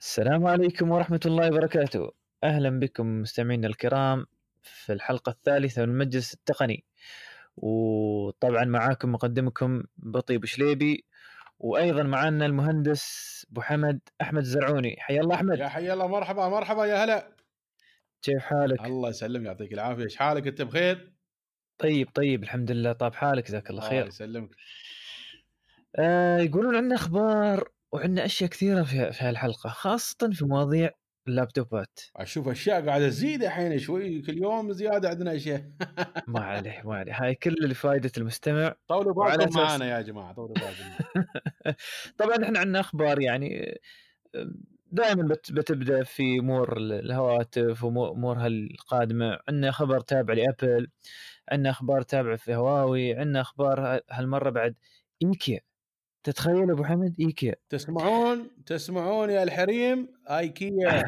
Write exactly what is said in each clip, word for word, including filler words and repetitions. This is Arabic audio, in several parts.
السلام عليكم ورحمة الله وبركاته. أهلا بكم مستمعينا الكرام في الحلقة الثالثة من المجلس التقني، وطبعا معاكم مقدمكم بطيب شليبي، وأيضا معنا المهندس أبو حمد أحمد الزرعوني. حيا الله أحمد. يا حيا الله، مرحبا مرحبا، يا هلا. كيف حالك؟ الله يسلمك، يعطيك العافية. ايش حالك انت؟ بخير؟ طيب طيب الحمد لله. طاب حالك؟ جزاك الله خير. الله يسلمك. آه يقولون عندنا أخبار وعندنا أشياء كثيرة في في هالحلقة، خاصة في مواضيع اللابتوبات. اشوف اشياء قاعده تزيد الحين شوي، كل يوم زياده عندنا اشياء. ما عليه ما عليه، هاي كل لفائدة المستمع. طولوا وعلى بالكم أساس معانا يا جماعه، طولوا بالكم. طبعا احنا عندنا اخبار، يعني دائما بت بتبدا في امور الهواتف وامورها القادمه. عندنا خبر تابع لابل، عندنا اخبار تابعه في هواوي، عندنا اخبار هالمره بعد ايكيا. تتخيل ابو حمد ايكيا؟ تسمعون تسمعون يا الحريم؟ ايكيا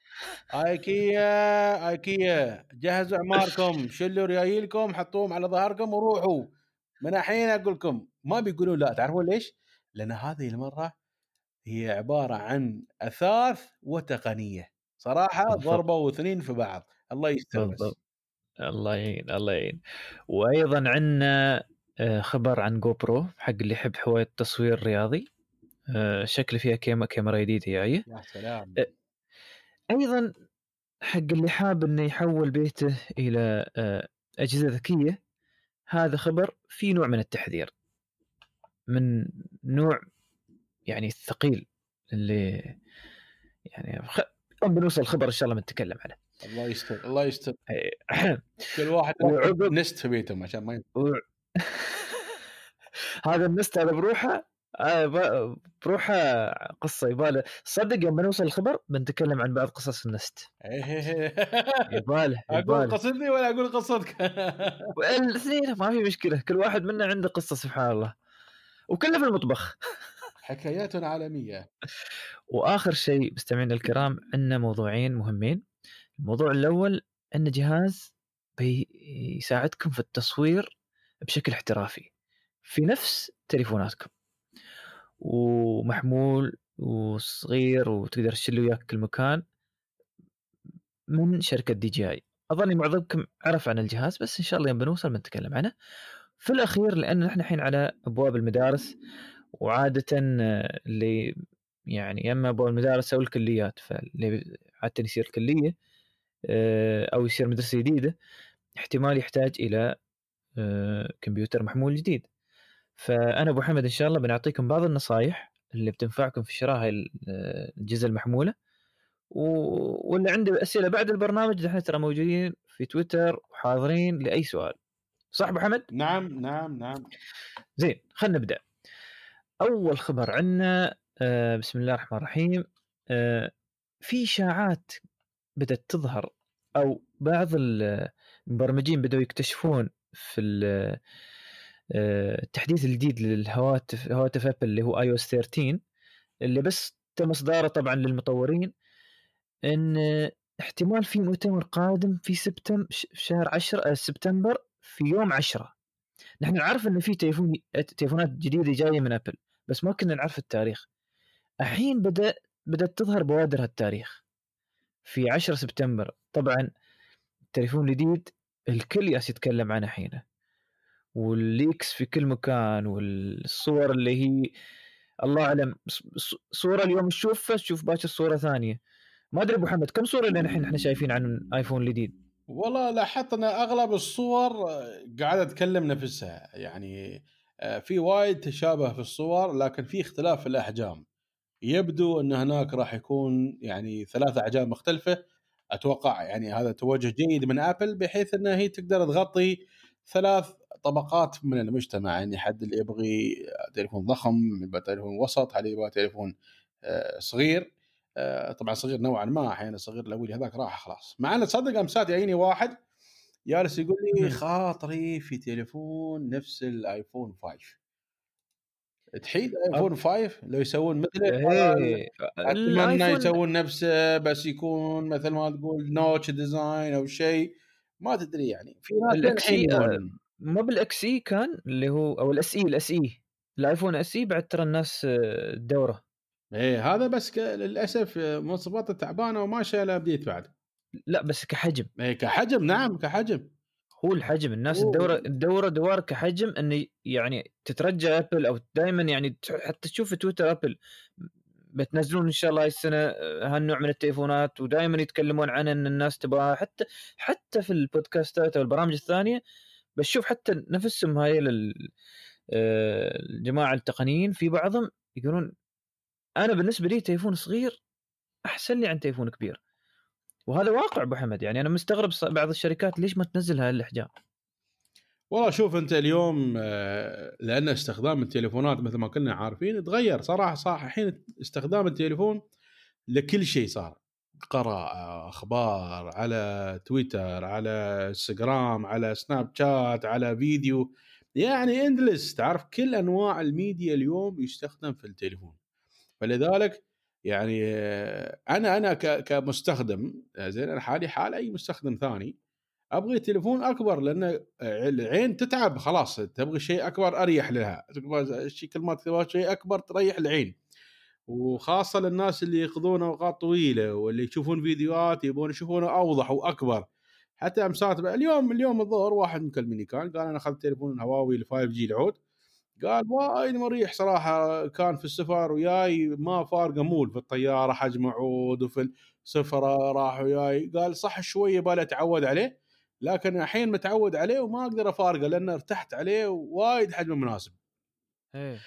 ايكيا ايكيا جهزوا اعماركم، شلوا ريايلكم، حطوهم على ظهركم وروحوا من الحين. اقول لكم ما بيقولون لا. تعرفون ليش؟ لان هذه المره هي عبارة عن أثاث وتقنية. صراحة بالضبط ضربة واثنين في بعض. الله يستر بالضبط. بس. الله يعين الله يعين. وايضا عندنا آه، خبر عن جو برو، حق اللي يحب حوايه التصوير الرياضي. آه، شكل فيها كاميرا كاميرا جديده جايه. يا سلام. آه، ايضا حق اللي حاب انه يحول بيته الى آه، اجهزه ذكيه. هذا خبر في نوع من التحذير، من نوع يعني الثقيل اللي يعني خ... بنوصل الخبر ان شاء الله بنتكلم عنه. الله يستر الله يستر. إيه. كل واحد وعقب نست في بيتهم عشان ما ي... و... هذا النست هذا بروحه آه ب- بروحه قصه يباله. صدق يوم بنوصل الخبر بنتكلم عن بعض قصص النست. يباله اقول يباله قصدني ولا اقول قصدك؟ الاثنين ما في مشكله، كل واحد منا عنده قصه سبحان الله، وكله في المطبخ. حكايات عالمية. واخر شيء مستمعينا الكرام، عندنا موضوعين مهمين. الموضوع الاول ان جهاز بيساعدكم في التصوير بشكل احترافي في نفس تليفوناتكم، ومحمول وصغير وتقدر تشيله وياك كل مكان، من شركة دي جي اي. اظني معظمكم عرف عن الجهاز، بس ان شاء الله يوم بنوصل بنتكلم عنه. في الاخير، لان نحن الحين على ابواب المدارس، وعادة اللي يعني اما ابواب المدارس او الكليات، فاللي عادة يصير كلية او يصير مدرسة جديدة، احتمال يحتاج الى كمبيوتر محمول جديد. فانا ابو حمد ان شاء الله بنعطيكم بعض النصائح اللي بتنفعكم في شراء هاي الأجهزة المحمولة. واللي عنده اسئله بعد البرنامج احنا ترى موجودين في تويتر وحاضرين لاي سؤال. صح ابو حمد؟ نعم نعم نعم. زين، خلينا نبدا. اول خبر عندنا آه بسم الله الرحمن الرحيم. آه في اشاعات بدات تظهر، او بعض المبرمجين بدأوا يكتشفون في التحديث الجديد للهواتف، هواتف ابل اللي هو اي او اس ثلاثة عشر، اللي بس تم اصداره طبعا للمطورين، ان احتمال في مؤتمر قادم في سبتمبر، في شهر عشرة سبتمبر، في يوم عشرة. نحن نعرف ان في تليفون تليفونات جديده جايه من ابل، بس ما كنا نعرف التاريخ. الحين بدا بدات تظهر بوادر هالتاريخ في عشرة سبتمبر. طبعا التليفون الجديد الكل ياس يتكلم عنه الحين، والليكس في كل مكان، والصور اللي هي الله اعلم، صوره اليوم تشوفها تشوف باكر صوره ثانيه. ما ادري ابو محمد، كم صوره اللي الحين احنا شايفين عن ايفون الجديد؟ والله لاحظت ان اغلب الصور قاعده تتكلم نفسها، يعني في وايد تشابه في الصور، لكن في اختلاف في الاحجام. يبدو ان هناك راح يكون يعني ثلاثة احجام مختلفه. اتوقع يعني هذا توجه جيد من ابل، بحيث انها هي تقدر تغطي ثلاث طبقات من المجتمع. يعني حد اللي يبغي تليفون ضخم، يبغى تليفون وسط، اللي يبغى تليفون صغير. طبعا صغير نوعا ما، احيانا الصغير الاولي هذاك راح خلاص. مع ان تصدق امسات يعيني واحد جالس يقول لي خاطري في تليفون نفس الايفون خمسة. تحيل ايفون خمسة لو يسوون مثله، ايه اتمنى الايفون يسوون نفسه، بس يكون مثل ما تقول نوتش ديزاين او شيء. ما تدري يعني، في ناس الاكس اي، يبون. ما بالاكس اي كان اللي هو، او الاس اي الاس اي الايفون اس اي بعد ترى الناس الدوره إيه هذا بس ك للأسف مواصفاته تعبانة وما شايل update بعد. لأ بس كحجم. إيه كحجم نعم كحجم. هو الحجم الناس هو تدوّر تدوّر دوار كحجم إنه يعني تترجى أبل أو دايمًا يعني ت حتى تشوف في تويتر أبل بتنزلون إن شاء الله هاي السنة هالنوع من التليفونات، ودايمًا يتكلمون عنها إن الناس تبغاها، حتى حتى في البودكاستات أو البرامج الثانية بتشوف حتى نفسهم هاي ال آآ الجماعة التقنيين في بعضهم يقولون أنا بالنسبة لي تليفون صغير أحسن لي عن تليفون كبير، وهذا واقع أبو حمد. يعني أنا مستغرب ص بعض الشركات ليش ما تنزل هاي الأحجام. والله شوف أنت اليوم آه، لأن استخدام التليفونات مثل ما كنا عارفين تغير صراحة صح الحين استخدام التليفون لكل شيء صار، قراءة، أخبار، على تويتر، على انستغرام، على سناب شات، على فيديو، يعني اندلس تعرف كل أنواع الميديا اليوم يستخدم في التليفون. فلذلك يعني آه، أنا أنا ك- كمستخدم آه، زين أنا حالي حال أي مستخدم ثاني ابغي تليفون اكبر لان العين تتعب خلاص تبغي شيء اكبر اريح لها تبغى شيء كل ما تبغى شيء اكبر تريح العين، وخاصه للناس اللي ياخذون اوقات طويله واللي يشوفون فيديوهات يبون يشوفونه اوضح واكبر. حتى امسات اليوم اليوم الظهر واحد مكلمني كان قال انا اخذت تليفون هواوي ال فايف جي العود، قال وايد مريح صراحه كان في السفر وياي ما فارق مول في الطياره حجم عود وفي السفره راح وياي، قال صح شويه بالي اتعود عليه لكن الحين متعود عليه وما اقدر افارقه لان ارتحت عليه وايد حجمه مناسب. إيه.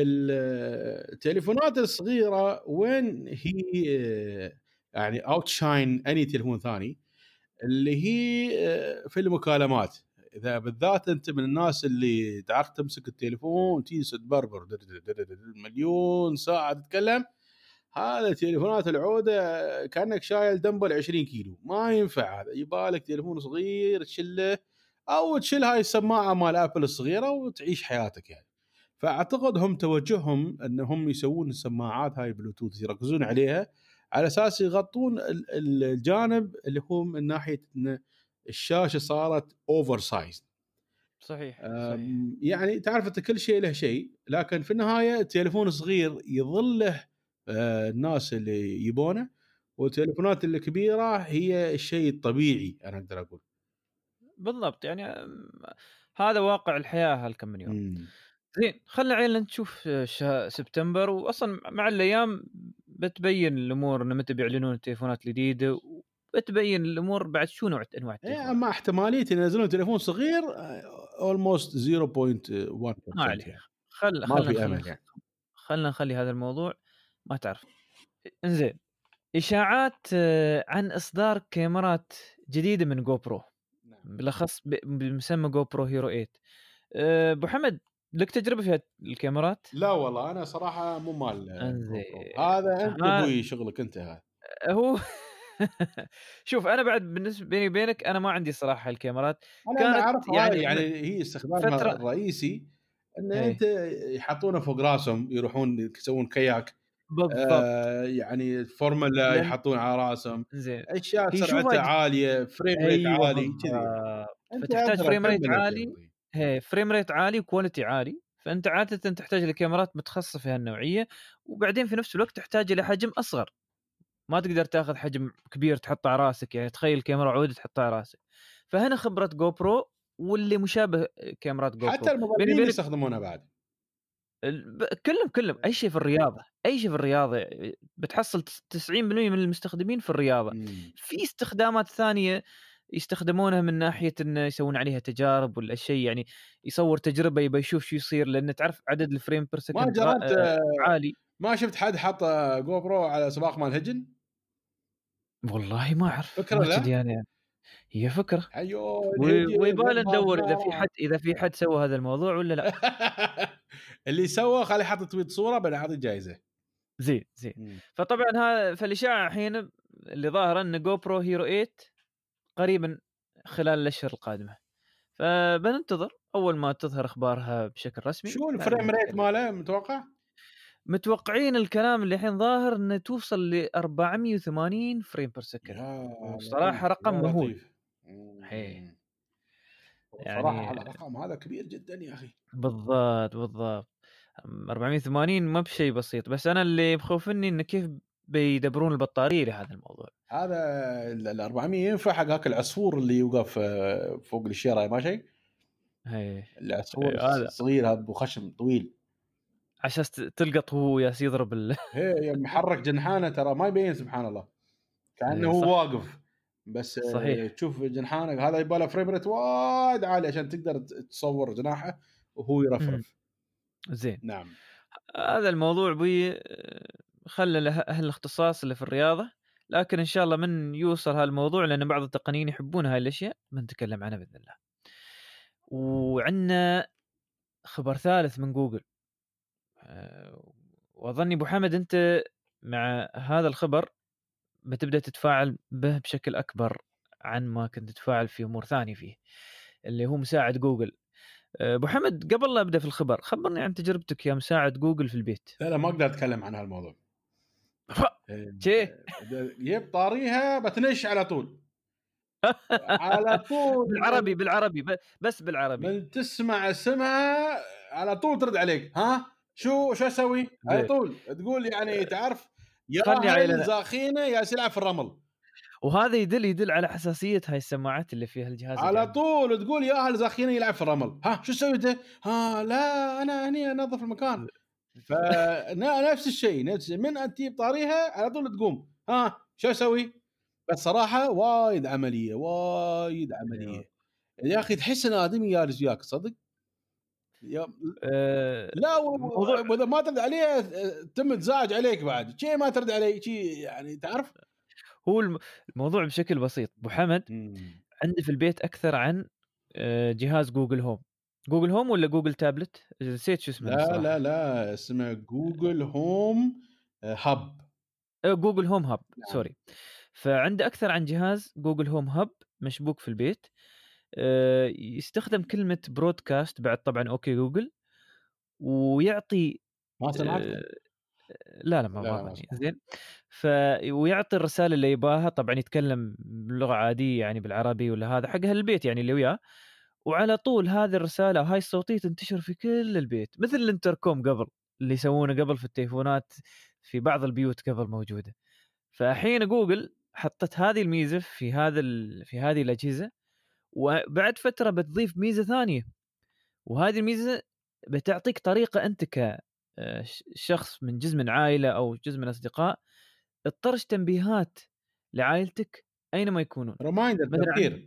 التليفونات الصغيره وين هي يعني اوت شاين اني تليفون ثاني اللي هي في المكالمات، اذا بالذات انت من الناس اللي تعرف تمسك التليفون تجلس تبربر مليون ساعه تتكلم، هذا تليفونات العوده كانك شايل دمبل عشرين كيلو ما ينفع، هذا يبالك تليفون صغير تشله او تشيل هاي السماعه مال ابل الصغيره وتعيش حياتك يعني. فاعتقد هم توجههم انهم يسوون السماعات هاي بلوتوث يركزون عليها على اساس يغطون الجانب اللي هو من ناحيه ان الشاشه صارت اوفر سايز. صحيح، صحيح. يعني تعرف انت كل شيء له شيء لكن في النهايه التليفون صغير يظل له آه، الناس اللي يبونه، والتليفونات الكبيره هي الشيء الطبيعي انا اقدر اقول. بالضبط، يعني آمم، هذا واقع الحياة هالكم من يوم. امم زين، خلّي عيلنا نشوف شه سبتمبر، وأصلًا مع الأيام بتبين الأمور إنه متى بيعلنون التليفونات الجديدة، وبتبين الأمور بعد شو نوع أنواع إيه، التليفونات. اما احتماليه ينزلون تليفون صغير اولموست ما صفر فاصلة واحد بالمئة عليه، يعني خل ما خلّنا في نخل امل يعني. خلّنا نخلّي هذا الموضوع ما تعرف. انزين، إشاعات آه، عن إصدار كاميرات جديدة من GoPro، نعم. بالأخص ب بمسمى GoPro Hero ثمانية. آآ، أبو حمد لك تجربة في الكاميرات؟ لا والله انا صراحه مو مال جو انزين، برو، هذا انت ها ابوي شغلك انت هذا. هو شوف أنا بعد بالنسبة بيني وبينك أنا ما عندي صراحة الكاميرات، انا اللي كانت اعرفه هاي يعني يعني م هي استخدامها فترة. الرئيسي ان انت إيه، يحطونه فوق راسهم يروحون يسوون كياك، بالضبط. آه يعني فورمولا لأن يحطون على راسهم، زين، اشياء هي شوف سرعتها هاي ج عاليه فريم ريت أيوه عالي كذي. بالضبط، انت فتحتاج ادرى frame rate كمل انت يا عالي. اخوي. إيه frame rate عالي وquality عالي، فأنت عادةً تحتاج لكاميرات متخصصة في هالنوعية، وبعدين في نفس الوقت تحتاج إلى حجم أصغر، ما تقدر تاخذ حجم كبير تحطه على راسك، يعني تخيل كاميرا عود تحطها على راسك. فهنا خبرة GoPro واللي مشابه كاميرات حتى GoPro. بيني المغنيين وبينك يستخدمونه بعد. ال ب كلّهم، كلّهم أي شيء في الرياضة، أي شيء في الرياضة آآ بتحصّل تس تسعين بالمئة من المستخدمين في الرياضة. امم في استخدامات ثانية يستخدمونها من ناحية إنه يسوون عليها تجارب والّا شيء، يعني يصوّر تجربة يبى يشوف شو يصير، لإن تعرف عدد الframe per ما second غا جربت آآ عالي. ما شفت حد حط جو برو على سباق مال هجن. والله ما أعرف، فكره ما لا كذي أنا. هي فكرة، ايوه و الهجن ويبالنا لما ندوّر إذا في ما حد إذا في حد سوى هذا الموضوع والّا لأ. اللي سوى خليه يحط تويت صوره بنعطيه جائزه. زين، زين. مم. فطبعًا ها فالإشاعة الحين اللي ظاهرة إن GoPro Hero ثمانية قريبًا خلال الأشهر القادمة، فبننتظر أول ما تظهر أخبارها بشكل رسمي شو بعدين الفريم ريت نتكلم. ماله متوقع؟ متوقعين الكلام اللي الحين ظاهر إنه توصل لأربعمية وثمانين فريم بير سكند، يا وصراحة لطيف رقم يا مهول. لطيف. إيه، مم. صراحه يعني هذا الرقم هذا كبير جدا يا اخي. بالضبط، بالضبط. أربعمية وثمانين ما بشيء بسيط، بس أنا اللي مخوفني إنه كيف بيدبرون البطارية لهذا الموضوع. هذا ال ال أربعمية ينفع حق هاك العصفور اللي يوقف آه، فوق الشيرة ماشي؟ إيه. العصفور هذا الصغير هذا ابو خشم طويل، عشان ت تلقط وهو جالس يضرب ال هي محرك جنحانه ترى ما يبين سبحان الله، كانه إيه هو صح، واقف بس آه، صحيح. تشوف جنحانه هذا يبغى له فريم ريت وايد عالي عشان تقدر ت تصور جناحه وهو إمم، يرفرف. زين. نعم. هذا الموضوع بي آآ خلّى له أهل الاختصاص اللي في الرياضة، لكن إن شاء الله من يوصل هالموضوع لأن بعض التقنيين يحبون هاي الأشياء، بنتكلم عنها بإذن الله. وعندنا خبر ثالث من جوجل، آآ وأظني أبو حمد أنت مع هذا الخبر بتبدأ تتفاعل به بشكل أكبر عن ما كنت تتفاعل في أمور ثانية فيه، اللي هو مساعد جوجل. آآ أبو حمد قبل لا أبدأ في الخبر، خبّرني عن تجربتك يا مساعد جوجل في البيت. لا لا ما اقدر اتكلم عن هالموضوع. إيه، شيه؟ جيب طاريها بتنش على طول، على طول بالعربي، بالعربي ب بس بالعربي. من تسمع اسمها على طول ترد عليك، ها شو شو اسوي؟ على زين. طول تقول يعني تعرف خلني ياهل عيل زاخينه يا يلعب في الرمل، وهذا يدل يدل على حساسية هاي السماعات اللي فيها الجهاز اللي على عندي. طول تقول ياهل زاخينه يلعب في الرمل، ها شو سويته؟ ها لا انا هني انظف المكان. فنفس الشيء نفس من انت تجيب طاريها على طول تقوم، ها شو اسوي؟ بس صراحه وايد عمليه وايد أيوه. عمليه يا اخي، تحس ان ادمي جالس وياك صدق يا آآ لا و- موضوع واذا ما ترد عليه تم تزعج عليك بعد شيء ما ترد عليه شيء يعني تعرف. هو الم الموضوع بشكل بسيط، أبو حمد مم. عندي في البيت أكثر عن آآ جهاز جوجل هوم. جوجل هوم والّا جوجل تابلت؟ نسيت شو اسمه لا لا الصراحة. لا اسمه جوجل هوم هاب. آآ جوجل هوم هاب، نعم. سوري. فعندي أكثر عن جهاز جوجل هوم هاب مشبوك في البيت. آآ يستخدم كلمة broadcast بعد طبعًا أوكي جوجل، ويعطي ما سمعتها. آآ لا، لا ما لا ما لا ما أظني، سمعتها. زين. ف ويعطي الرسالة اللي يباها، طبعًا يتكلم بلغة عادية يعني بالعربي والّا هذا حق أهل البيت يعني اللي وياه، وعلى طول هذه الرسالة وهاي الصوتية تنتشر في كل البيت، مثل الانتركوم قبل، اللي يسوونه قبل في التليفونات في بعض البيوت قبل موجودة. فحين جوجل حطت هذه الميزة في هذا ال في هذه الأجهزة، وبعد فترة بتضيف ميزة ثانية، وهذه الميزة بتعطيك طريقة أنت ك آآ ش شخص من جزء من عائلة أو جزء من أصدقاء تطرش تنبيهات لعائلتك أينما يكونون. ريمايندر مثلًا عن تذكير.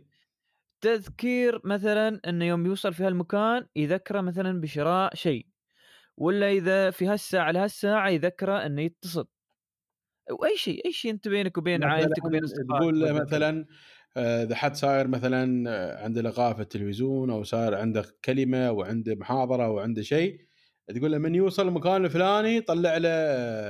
تذكير مثلًا إنه يوم يوصل في هالمكان يذكره مثلًا بشراء شيء، والّا إذا في هالساعة لهالساعة يذكره إنه يتصل، أو أي شيء، أي شيء أنت بينك وبين مثلا عائلتك وبين أصدقائك تقول تبغى له تذكره. مثلا آه، اذا حد صاير مثلا آه، عنده لقاء في التلفزيون او صار عنده كلمه وعنده محاضره وعنده شيء، تقول له من يوصل المكان الفلاني طلع له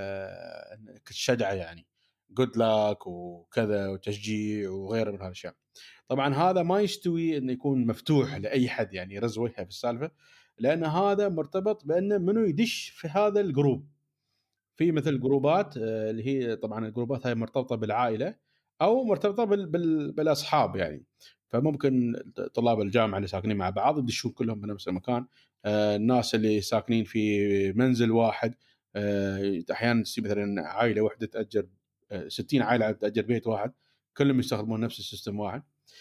آه، الشجعه يعني جود لاك وكذا وتشجيع وغيره من هالاشياء. طبعا هذا ما يستوي انه يكون مفتوح لاي حد يعني يرز وجهه في السالفه، لان هذا مرتبط بانه منو يدش في هذا الجروب. في مثل جروبات آه، اللي هي طبعا الجروبات هاي مرتبطه بالعائله او مرتبطه بال بال بالاصحاب يعني. فممكن طلاب الجامعه اللي ساكنين مع بعض يدشون كلهم بنفس المكان، آه، الناس اللي ساكنين في منزل واحد، آه، احيانا تصير مثلا عائله واحده تاجر آه، ستين عائله تاجر بيت واحد كلهم يستخدمون نفس السيستم واحد.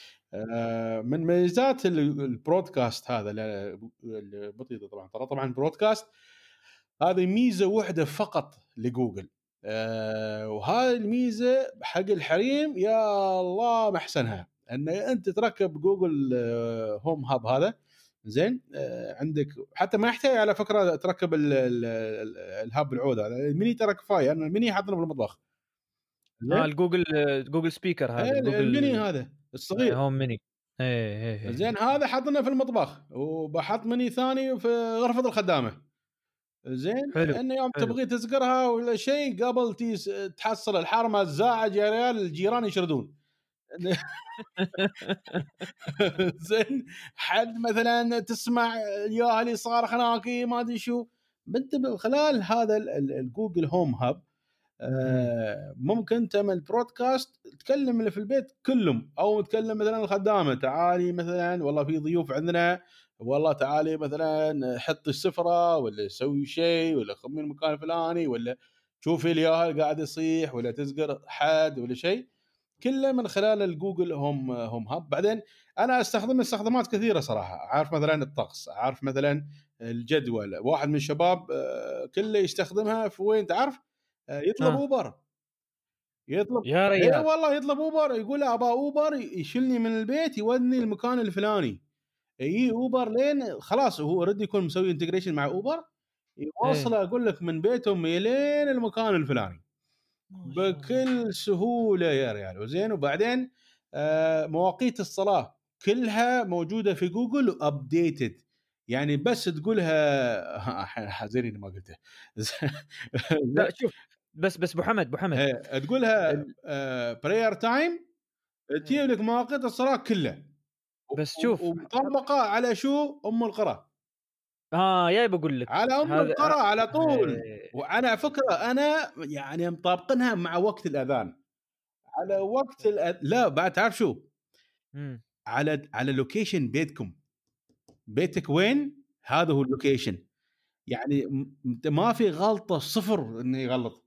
آه، من ميزات ال- البرودكاست هذا اللي بطيطه طبعا ترى طبعا برودكاست هذه ميزه واحده فقط لجوجل، آه وهذه الميزه حق الحريم يا الله ما احسنها، ان انت تركب جوجل آه هوم هاب هذا زين، آه عندك حتى ما يحتاج على فكره تركب ال ال ال الهاب العود هذا الميني ترى كفايه، انا الميني حاطينه بالمطبخ آه زين. الجوجل جوجل سبيكر هذا إيه، الميني الجوجل هذا الصغير هوم ميني. إيه، إيه، إيه، زين، إيه. هذا حاطينه في المطبخ وبحط ميني ثاني في غرفه الخدامه زين، حلو، انه يوم حلو. تبغي تذكرها ولا شيء قبل تيس تحصل الحرمه الزاعج يا ريال الجيران يشردون. زين، حد مثلا تسمع يا اللي صار خناقي ما ادري شو، انت من خلال هذا ال- ال- الجوجل هوم هاب إمم. آه، ممكن تعمل برودكاست تكلم اللي في البيت كلهم، او تكلم مثلا الخدامه تعالي مثلا والله في ضيوف عندنا والله تعالي مثلا حطي السفره ولا سوي شيء ولا خمين المكان الفلاني ولا شوفي الياهل قاعد يصيح ولا تزقر حد ولا شيء، كله من خلال الجوجل هوم هوم هاب. بعدين انا استخدم استخدامات كثيره صراحه، عارف مثلا الطقس، عارف مثلا الجدول. واحد من الشباب آه، كله يستخدمها في وين تعرف، آه، يطلب ها اوبر، يطلب يا اي ريال. والله يطلب اوبر، يقول له ابى اوبر يشيلني من البيت يودني المكان الفلاني، يجي اوبر لين خلاص هو اوريدي يكون مسوي انتجريشن مع اوبر، ايه يوصله اقول لك من بيتهم لين المكان الفلاني ما شاء الله. بكل سهوله يا ريال. وزين وبعدين آه، مواقيت الصلاه كلها موجوده في جوجل وابديتد، يعني بس تقولها حزيني إني ما قلته لا شوف، بس بس ابو حمد ابو حمد هي تقولها ال... براير تايم إيه. تجيب لك مواقيت الصلاه كلها، بس و- شوف، ومطبقه على شو ام القرى، اه جاي بقول لك على ام هذا القرى على ه- طول. إيه. وانا فكره انا يعني مطابقينها مع وقت الاذان، على وقت الأ... لا بعد تعرف شو، امم على على لوكيشن بيتكم، بيتك وين هذا هو اللوكيشن، يعني م- انت ما في غلطه، صفر انه يغلط.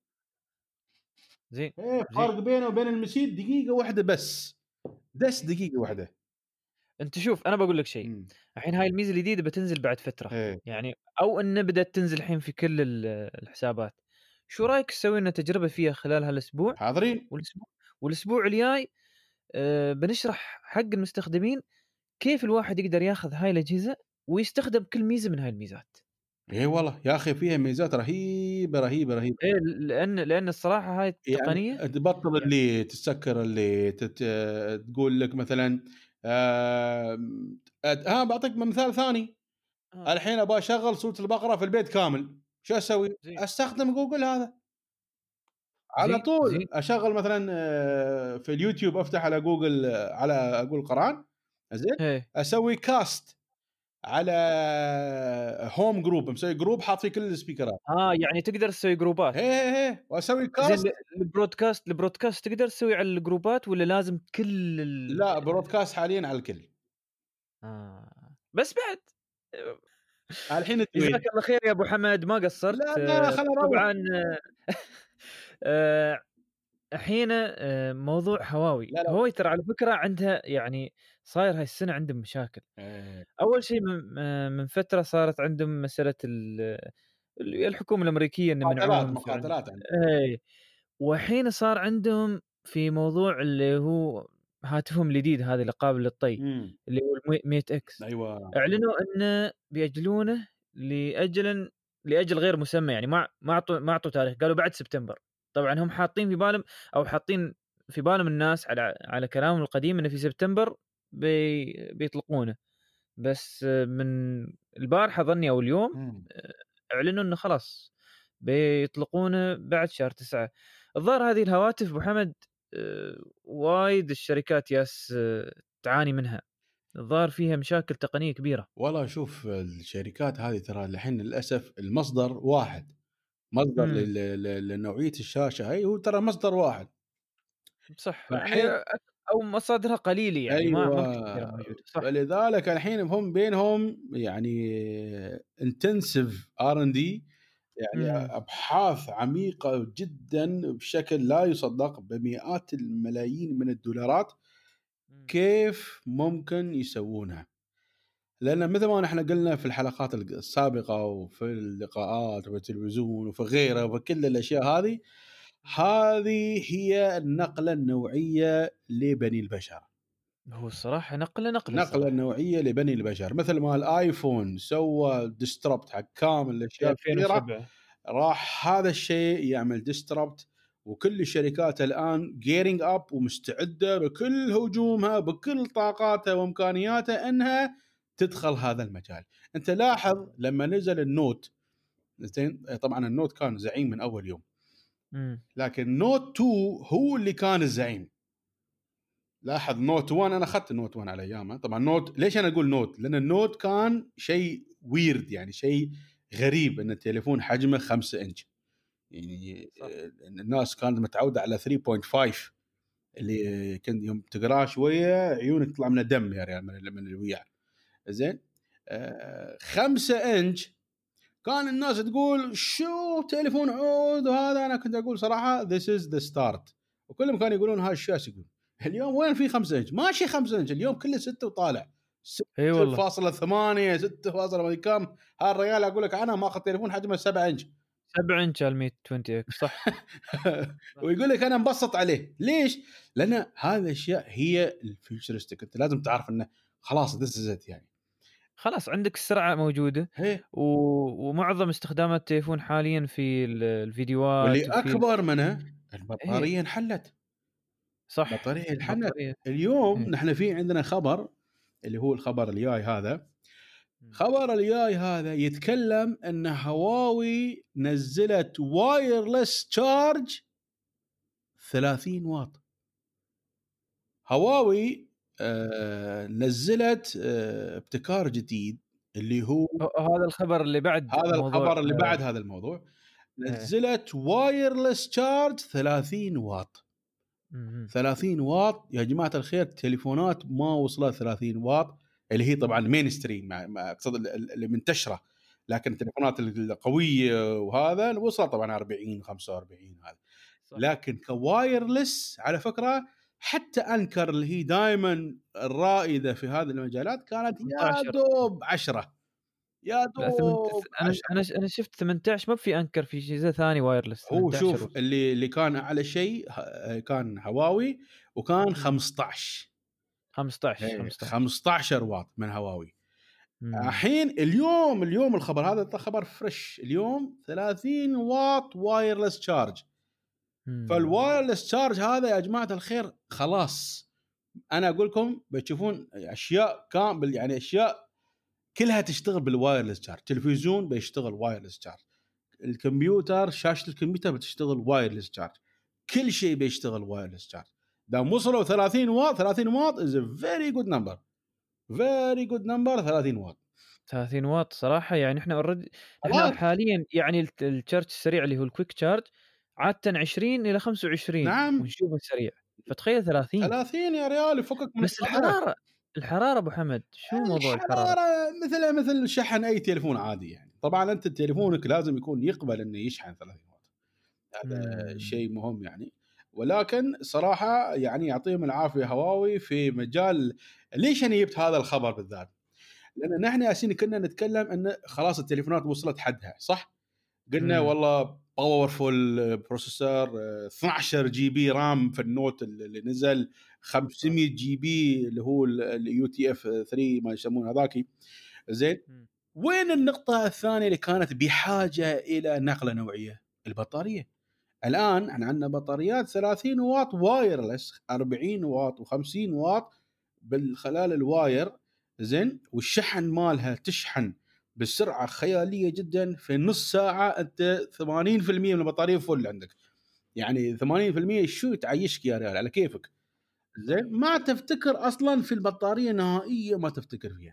زين ايه زين. فرق بينه وبين المسيد دقيقه واحده بس، بس دقيقه واحده. انت شوف انا بقول لك شيء، امم الحين هاي الميزه الجديده بتنزل بعد فتره ايه يعني، او انه بدات تنزل الحين في كل ال- الحسابات. شو رايك تسوي لنا تجربه فيها خلال هالاسبوع؟ حاضرين. والاسبوع والاسبوع الجاي آه بنشرح حق المستخدمين كيف الواحد يقدر ياخذ هاي الاجهزه ويستخدم كل ميزه من هاي الميزات. ايه والله يا اخي فيها ميزات رهيبه رهيبه رهيبه. ايه لان لان الصراحه هاي يعني التقنيه تبطل يعني. اللي تتسكر اللي تت... تقول لك مثلا آه... ها بعطيك مثال ثاني. آه. الحين ابغى اشغل سوره البقره في البيت كامل، شو اسوي؟ زين استخدم جوجل هذا على زين زين. طول. اشغل مثلا آه، في اليوتيوب افتح على جوجل آه، على اقول قران، زين، ايه اسوي كاست على هوم جروب، مسوي جروب حاط فيه كل السبيكرات، اه يعني تقدر تسوي هي جروبات. هي هي واسوي زين كاست. ال- البرودكاست البرودكاست تقدر تسوي على الجروبات ولا لازم كل ال... لا برودكاست حاليا على الكل. آه. بس بعد الحين جزاك التويت. الله خير يا ابو حمد ما قصرت. لا لا آه، خلنا نروح. طبعا آه، الحين آه، موضوع هواوي لا لا. هواوي ترى على فكره عندها يعني صاير هاي السنه عندهم مشاكل. إيه، اول شيء من آه، من فتره صارت عندهم مساله ال- ال- الحكومه الامريكيه ان مقاتلات منعوهم يصير عندهم. مقاتلات عندي. اي وحين صار عندهم في موضوع اللي هو هاتفهم الجديد هذا اللي قابل للطي امم اللي هو الميت اكس، ايوه. اعلنوا انه بيأجلونه لاجل لاجل غير مسمى يعني ما ما اعطوا ما اعطوا تاريخ، قالوا بعد سبتمبر. طبعا هم حاطين في بالهم او حاطين في بالهم الناس على على كلامهم القديم انه في سبتمبر بي بيطلقونه، بس من البارحه ظني او اليوم امم اعلنوا انه خلاص بيطلقونه بعد شهر تسعة. الظاهر هذه الهواتف ابو حمد آه، وايد الشركات ياس آه، تعاني منها، الظاهر فيها مشاكل تقنيه كبيره. والله شوف الشركات هذه ترى الحين للاسف المصدر واحد، مصدر امم لل- لل- لنوعيه الشاشه هي هو ترى مصدر واحد. صح يعني فالحين او مصادرها قليله يعني ما ما في كثيره ايوه، موجوده صح. فلذلك الحين هم بينهم يعني انتنسيف ار ان دي، يعني امم ابحاث عميقه جدا بشكل لا يصدق بمئات الملايين من الدولارات، كيف ممكن يسوونها. لان مثل ما نحن قلنا في الحلقات السابقه وفي اللقاءات وفي التلفزيون وفي غيره وفي كل الاشياء هذه، هذه هي النقله النوعيه لبني البشر، هو الصراحه نقله نقله نقله الصراحه. نوعيه لبني البشر. مثل ما الايفون سوى ديستربت حق كامل في الاشياء الكثيره، ألفين وسبعة. راح هذا الشيء يعمل ديستربت. وكل الشركات الان جيرنج اب ومستعده بكل هجومها بكل طاقاتها وامكانياتها انها تدخل هذا المجال. انت لاحظ لما نزل النوت، زين طبعا النوت كان زعيم من اول يوم، امم لكن نوت تو هو اللي كان الزعيم. لاحظ نوت واحد، انا اخذت النوت واحد على ايامه. طبعا نوت، ليش انا اقول نوت؟ لان النوت كان شيء ويرد، يعني شيء غريب ان التليفون حجمه خمسة انش. يعني صح. آه، الناس كانت متعوده على ثلاثة فاصلة خمسة اللي كنت يوم تقراه شويه عيونك تطلع من الدم يا ريال من من الويع. زين آه خمسة إنش كان الناس تقول شو تليفون عود وهذا. أنا كنت أقول صراحة this is the start، وكلهم كانوا يقولون هاي الشاش. يقول اليوم وين في خمسة إنش؟ ماشي خمسة إنش اليوم كله ستة وطالع اي والله ستة فاصلة ثمانية ستة فاصلة ما كم. هالرجال أقول لك أنا ماخذ تليفون حجمه سبعة إنش سبعة إنش على مية وعشرين اكس صح. ويقول لك أنا مبسط عليه. ليش؟ لأن هذه الأشياء هي الفيوتشرستيك. أنت لازم تعرف إنه خلاص this is it يعني. خلاص عندك السرعة موجودة هي. و... ومعظم استخدامات التليفون حاليا في ال- الفيديوهات واللي وفي ال... أكبر منه هي البطارية انحلت. صح البطارية انحلت. البطارية اليوم هي. نحن في عندنا خبر اللي هو الخبر الجاي هذا. مم. خبر الجاي هذا يتكلم ان هواوي نزلت وايرلس تشارج ثلاثين واط. هواوي آه نزلت آه ابتكار جديد اللي هو ه- هذا الخبر اللي بعد هذا موضوع الخبر اللي آه، بعد هذا الموضوع. إيه. نزلت وايرلس تشارج ثلاثين واط. مم. ثلاثين واط يا جماعه الخير. تليفونات ما وصلت ثلاثين واط اللي هي طبعا مين ستريم، ما اقصد اللي منتشره، لكن التليفونات القويه وهذا وصلت طبعا أربعين خمسة وأربعين هذا. صح. لكن كوايرلس على فكره حتى انكر اللي هي دائما الرائده في هذه المجالات كانت يا ثمانية عشر. دوب عشرة. يا لا ثمن... دوب انا عشرة. انا انا شفت ثمانية عشر ما في انكر في شيء زي ثاني وايرلس هو ثمانية عشر شوف اللي اللي كان اعلى شيء ه- كان هواوي وكان خمسة عشر. خمسة عشر إيه، خمسة عشر. خمسة عشر واط من هواوي. مم. الحين اليوم اليوم الخبر هذا خبر فريش اليوم ثلاثين واط وايرلس تشارج. مم. فالوايرلس تشارج هذا يا جماعه الخير خلاص انا اقول لكم بتشوفون اشياء كامل يعني اشياء كلها تشتغل بالوايرلس تشارج. تلفزيون بيشتغل وايرلس تشارج، الكمبيوتر شاشه الكمبيوتر بتشتغل وايرلس تشارج، كل شيء بيشتغل وايرلس تشارج. دام وصلوا ثلاثين واط ثلاثين واط is a very good number very good number ثلاثين واط. ثلاثين واط صراحه يعني احنا اوريدي احنا خلاص. حاليا يعني الت- التشارج السريع اللي هو الكويك تشارج عاده عشرين الى خمسة وعشرين نعم ونشوفه سريع، فتخيل ثلاثين. ثلاثين يا ريال يفكك من بس السعرات. الحراره الحراره ابو حمد شو موضوع الحراره؟ الحراره مثل مثل شحن اي تليفون عادي يعني. طبعا انت تليفونك لازم يكون يقبل انه يشحن ثلاثين واط، هذا مم. شيء مهم يعني. ولكن صراحه يعني يعطيهم العافيه هواوي في مجال. ليش انا جبت هذا الخبر بالذات؟ لان نحن ياسين كنا نتكلم ان خلاص التليفونات وصلت حدها صح. قلنا مم. والله باورفول بروسيسور اثنا عشر جي بي رام في النوت اللي نزل، خمسمية جي بي اللي هو اليو تي اف ثلاثة ما يسمونه هذاك زين. مم. وين النقطة الثانية اللي كانت بحاجة إلى نقلة نوعية؟ البطارية. الآن احنا عندنا بطاريات ثلاثين واط وايرلس، أربعين واط و50 واط بالخلال الواير زين، والشحن مالها تشحن بسرعة خيالية جدا. في نص ساعة أنت ثمانين بالمئة من البطارية فل عندك. يعني ثمانين بالمئة شو تعيشك يا ريال على كيفك زين. ما تفتكر أصلا في البطارية نهائية، ما تفتكر فيها.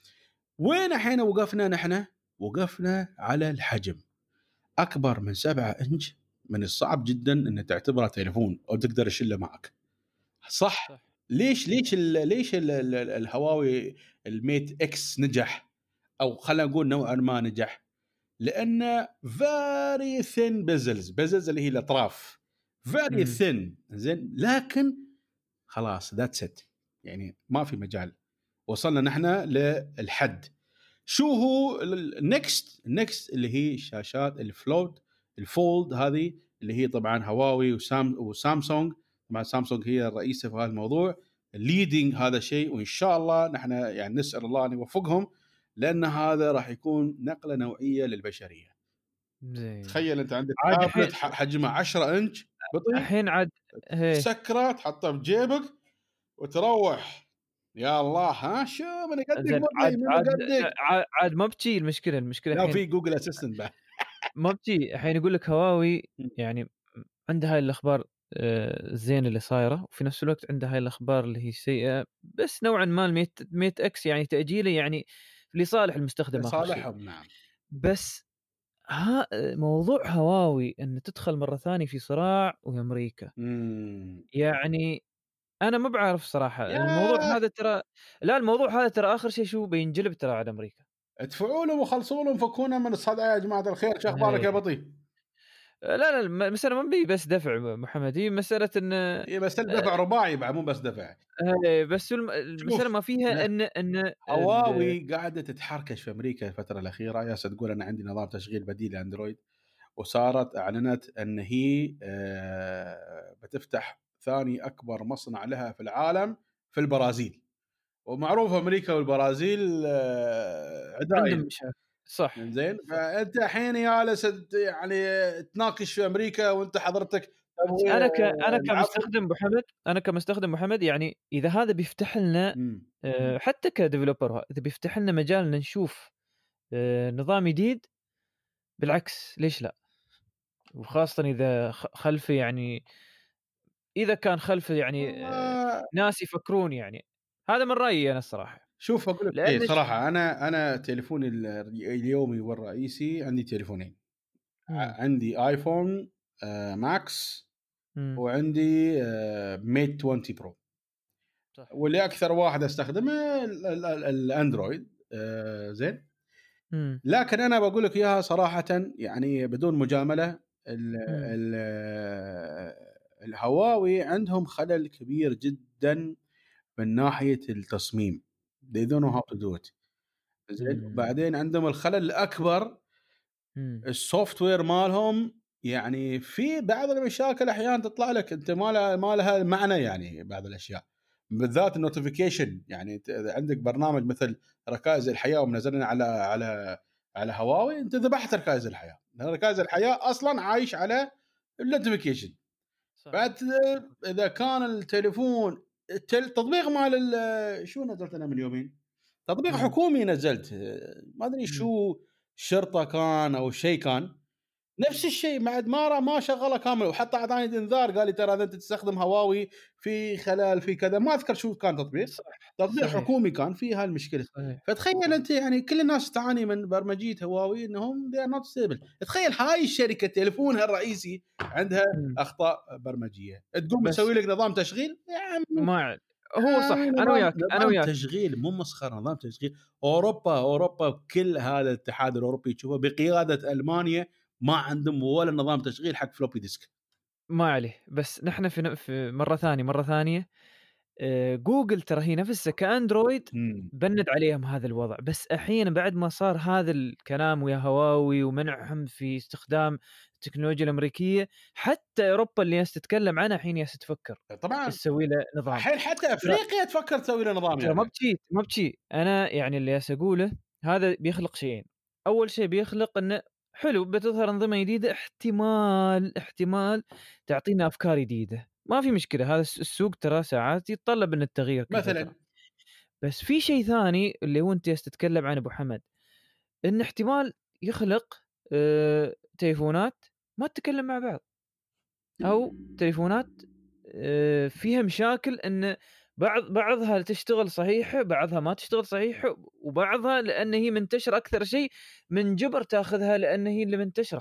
وين الحين وقفنا نحن؟ وقفنا على الحجم. أكبر من سبعة إنش من الصعب جدا أن تعتبره تليفون أو تقدر تشيله معك صح. صح. ليش ليش ال ليش ال ال الهواوي الميت اكس نجح او خلينا نقول نوعا ما نجح؟ لان فيري ثين بيزلز بيزلز اللي هي الاطراف فيري مم. ثين زين. لكن خلاص ذاتس ات يعني ما في مجال. وصلنا نحن للحد. شو هو النكست النكست اللي هي شاشات الفلود الفولد هذه اللي هي طبعا هواوي وسام وسامسونج. مع سامسونج هي الرئيسة في هذا الموضوع الليدنج هذا الشيء. وإن شاء الله نحن يعني نسأل الله أن يوفقهم لأن هذا راح يكون نقلة نوعية للبشرية. زين. تخيل أنت عندك عاد تابلت الحين حجمه عشرة إنش بطيء الحين عاد هي تسكره تحطه بجيبك وتروح. يا الله ها شو من قدك زين عاد مبلي من عاد قدك. عاد, عاد ما بتجي المشكله المشكله لا الحين في جوجل اسيستنت بعد. ما بتجي الحين يقول لك هواوي يعني عندها هاي الاخبار آه، الزين اللي صايره، وفي نفس الوقت عندها هاي الاخبار اللي هي سيئه، بس نوعا ما الميت ميت اكس يعني تاجيله يعني لصالح المستخدم اخر شيء. لصالحهم نعم. بس ها موضوع هواوي ان تدخل مره ثانيه في صراع ويا امريكا مم. يعني انا ما بعرف صراحه الموضوع ياه هذا ترى. لا الموضوع هذا ترى اخر شيء شو بينجلب ترى على امريكا. ادفعوا لهم وخلصوا لهم، فكونا من الصدع يا جماعه الخير. شو اخبارك يا بطي؟ لا لا المسألة ما بي بس دفع محمد، هي مسألة ان اي بس الدفع رباعي بعد، مو بس دفع. بس المسألة ما فيها ان ان هواوي قاعده تتحركش في امريكا الفتره الاخيره، يا تقول انا عندي نظام تشغيل بديل لاندرويد، وصارت اعلنت ان هي بتفتح ثاني اكبر مصنع لها في العالم في البرازيل. ومعروف امريكا والبرازيل عندهم عدايل، مشاكل صح. زين. فانت الحين جالس يعني تناقش في امريكا وانت حضرتك انا ك انا كمستخدم محمد انا كمستخدم محمد يعني اذا هذا بيفتح لنا أه حتى كديفلوبر، اذا بيفتح لنا مجال نشوف أه نظام جديد، بالعكس ليش لا؟ وخاصه اذا خلفي يعني اذا كان خلفي يعني أه ناس يفكرون، يعني هذا من رايي انا الصراحه. شوف اقول لك ايه صراحه، انا انا تليفوني اليومي والرئيسي عندي تليفونين. مم. عندي ايفون آه ماكس، مم. وعندي آه ميت عشرين برو صح. واللي اكثر واحد استخدمه الاندرويد آه زين. مم. لكن انا بقول لك اياها صراحه يعني بدون مجامله، ال ال الهواوي عندهم خلل كبير جدا من ناحيه التصميم. they don't know how to do it. زين. وبعدين عندهم الخلل الاكبر السوفت وير مالهم، يعني في بعض المشاكل احيانا تطلع لك انت ما لها ما لها معنى، يعني بعض الاشياء بالذات النوتيفيكيشن. يعني عندك برنامج مثل ركائز الحياه ومنزلنا على على على هواوي، انت ذبحت ركائز الحياه. ركائز الحياه اصلا عايش على النوتيفيكيشن. بعد اذا كان التليفون التطبيق مال شو نزلت انا من يومين، تطبيق مم. حكومي نزلت، ما ادري شو شرطه كان او شيء كان، نفس الشيء بعد ما ما شغله كامل، وحتى اعطاني انذار قال لي ترى اذا انت تستخدم هواوي في خلل في كذا، ما اذكر شو كان تطبيق صح. تطبيق صحيح. حكومي كان في هالمشكله. فتخيل انت يعني كل الناس تعاني من برمجيه هواوي انهم they are not stable. تخيل هاي الشركه تليفونها الرئيسي عندها م. اخطاء برمجيه، تقوم تسوي لك نظام تشغيل يا عمي ما هو صح. انا وياك انا وياك تشغيل مو مسخره، نظام تشغيل. اوروبا اوروبا كل هذا الاتحاد الاوروبي تشوفه بقياده المانيا ما عندهم ولا نظام تشغيل حق فلوبي ديسك. ما عليه، بس نحن في, في مره ثانيه مره ثانيه جوجل ترى هي نفسها كاندرويد مم. بند عليهم هذا الوضع، بس الحين بعد ما صار هذا الكلام ويا هواوي ومنعهم في استخدام التكنولوجيا الامريكيه، حتى اوروبا اللي ياس تتكلم عنها الحين ياس تفكر طبعا تسوي له نظام. الحين حتى افريقيا تفكر تسوي له نظام. يعني ما بشي ما بشي انا يعني اللي ياس اقوله هذا بيخلق شيئين. اول شيء بيخلق انه حلو بتظهر انظمه جديده، احتمال احتمال تعطينا افكار جديده، ما في مشكله. هذا السوق ترى ساعات يتطلب ان التغيير مثلا فترة. بس في شيء ثاني اللي هو انت تتكلم عنه ابو حمد، ان احتمال يخلق اه تليفونات ما تتكلم مع بعض، او تليفونات اه فيها مشاكل، ان بعض بعضها تشتغل صحيحه بعضها ما تشتغل صحيحه، وبعضها لان هي منتشره اكثر شيء من جبر تاخذها لان هي اللي منتشره.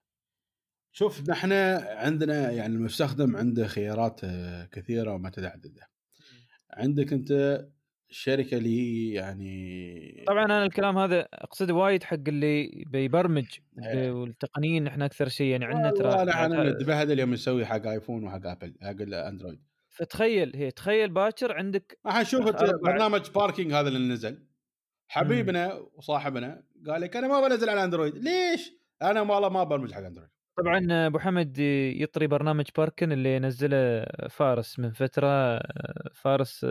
شوف نحن عندنا يعني المستخدم عنده خيارات كثيره ومتعدده. عندك انت الشركه اللي يعني طبعا انا الكلام هذا اقصد وايد حق اللي بيبرمج والتقنيين، احنا اكثر شيء يعني عندنا ترى نحن نتبهدل يوم نسوي حق ايفون وحق ابل حق الاندرويد. فتخيل هي تخيل باكر عندك حنشوف برنامج باركينج هذا اللي نزل حبيبنا مم. وصاحبنا قال لك انا ما بنزل على اندرويد. ليش؟ انا والله ما برمج حق اندرويد. طبعا ابو حمد يطري برنامج باركن اللي نزله فارس من فتره. فارس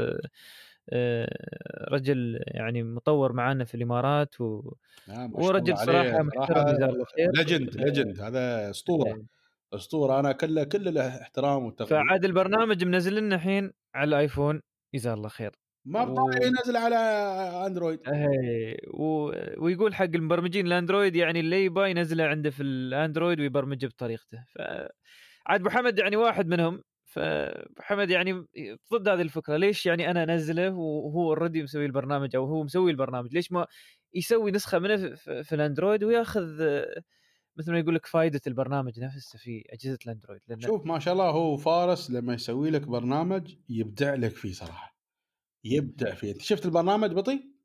رجل يعني مطور معنا في الامارات و... ورجل صراحه محترم جزاه الله خير، ليجند ليجند هذا اسطوره اسطوره. انا كله كل الاحترام والتقدير. فعاد البرنامج منزل لنا الحين على الايفون جزاه الله خير، ما بطايق ينزل على اندرويد. اي و... ويقول حق المبرمجين الاندرويد يعني اللي يبغى ينزله عنده في الاندرويد ويبرمجه بطريقته. فعاد محمد يعني واحد منهم، فمحمد يعني ضد هذه الفكره. ليش يعني انا انزله وهو اوريدي مسوي البرنامج او هو مسوي البرنامج، ليش ما يسوي نسخه منه في, في الاندرويد وياخذ مثل ما يقول لك فائده البرنامج نفسه في اجهزه الاندرويد. لأن شوف ما شاء الله هو فارس لما يسوي لك برنامج يبدع لك فيه صراحه، يبدع فيه. انت شفت البرنامج بطي؟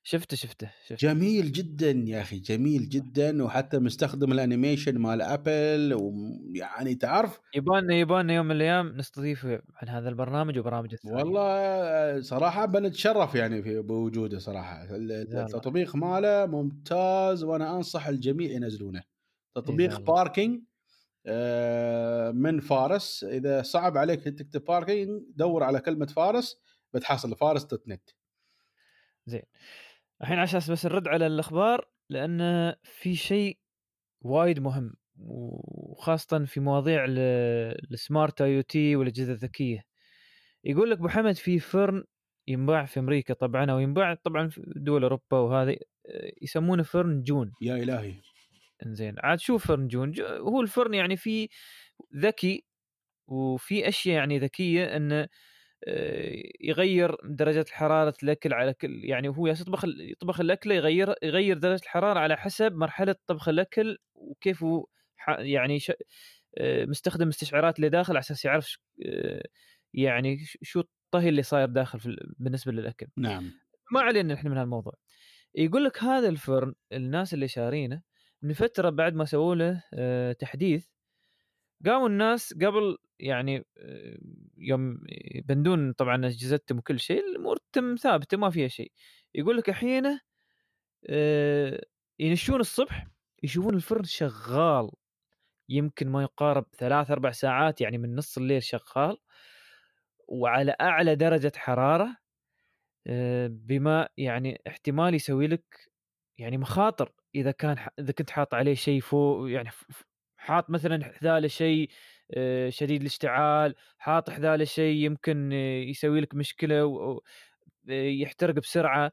شفته شفته شفته جميل جدا يا اخي، جميل جدا، وحتى مستخدم الانيميشن مال ابل، ويعني تعرف يبان يبان يوم من الايام نستضيفه عن هذا البرنامج وبرامج الثانيه. والله صراحه بنتشرف يعني في بوجوده صراحه. جزاه الله التطبيق ماله ممتاز، وانا انصح الجميع ينزلونه. جزاه تطبيق الله. باركينج آه، من فارس. اذا صعب عليك تكتب باركينج دور على كلمه فارس بتحصل فارس دوت نت. زين الحين عشان بس نرد على الاخبار، لان في شيء وايد مهم وخاصه في مواضيع ال- السمارت اي او تي والاجهزه الذكيه. يقول لك ابو حمد في فرن ينباع في امريكا طبعا، او ينباع طبعا في دول اوروبا وهذه، يسمونه فرن جون. يا الهي. انزين عاد شوف فرن جون جو- هو الفرن يعني فيه ذكي، وفي اشياء يعني ذكيه انه آه، يغير درجه حراره الاكل على كل، يعني هو يطبخ يطبخ الاكل يغير يغير درجه الحراره على حسب مرحله طبخ الاكل وكيف هو ح- يعني ش... آه، مستخدم استشعارات اللي داخل على اساس يعرف ش- آه، يعني ش- شو الطهي اللي صاير داخل في ال- بالنسبه للاكل. نعم. ما علينا احنا من هالموضوع. يقول لك هذا الفرن الناس اللي شارينه من فتره بعد ما سووا له آه، تحديث، قاموا الناس قبل يعني آه، يوم بندون طبعا اجهزتهم وكل شيء الامور تم ثابته ما فيها شيء. يقول لك الحين آه، ينشون الصبح يشوفون الفرن شغال يمكن ما يقارب ثلاث اربع ساعات، يعني من نص الليل شغال وعلى اعلى درجه حراره، آه، بما يعني احتمال يسوي لك يعني مخاطر اذا كان ح- اذا كنت حاط عليه شيء فوق، يعني ف- ف- حاط مثلا حذاله شيء آه، شديد الاشتعال، حاط حذاله شيء يمكن آه، يسوي لك مشكله ويحترق بسرعه.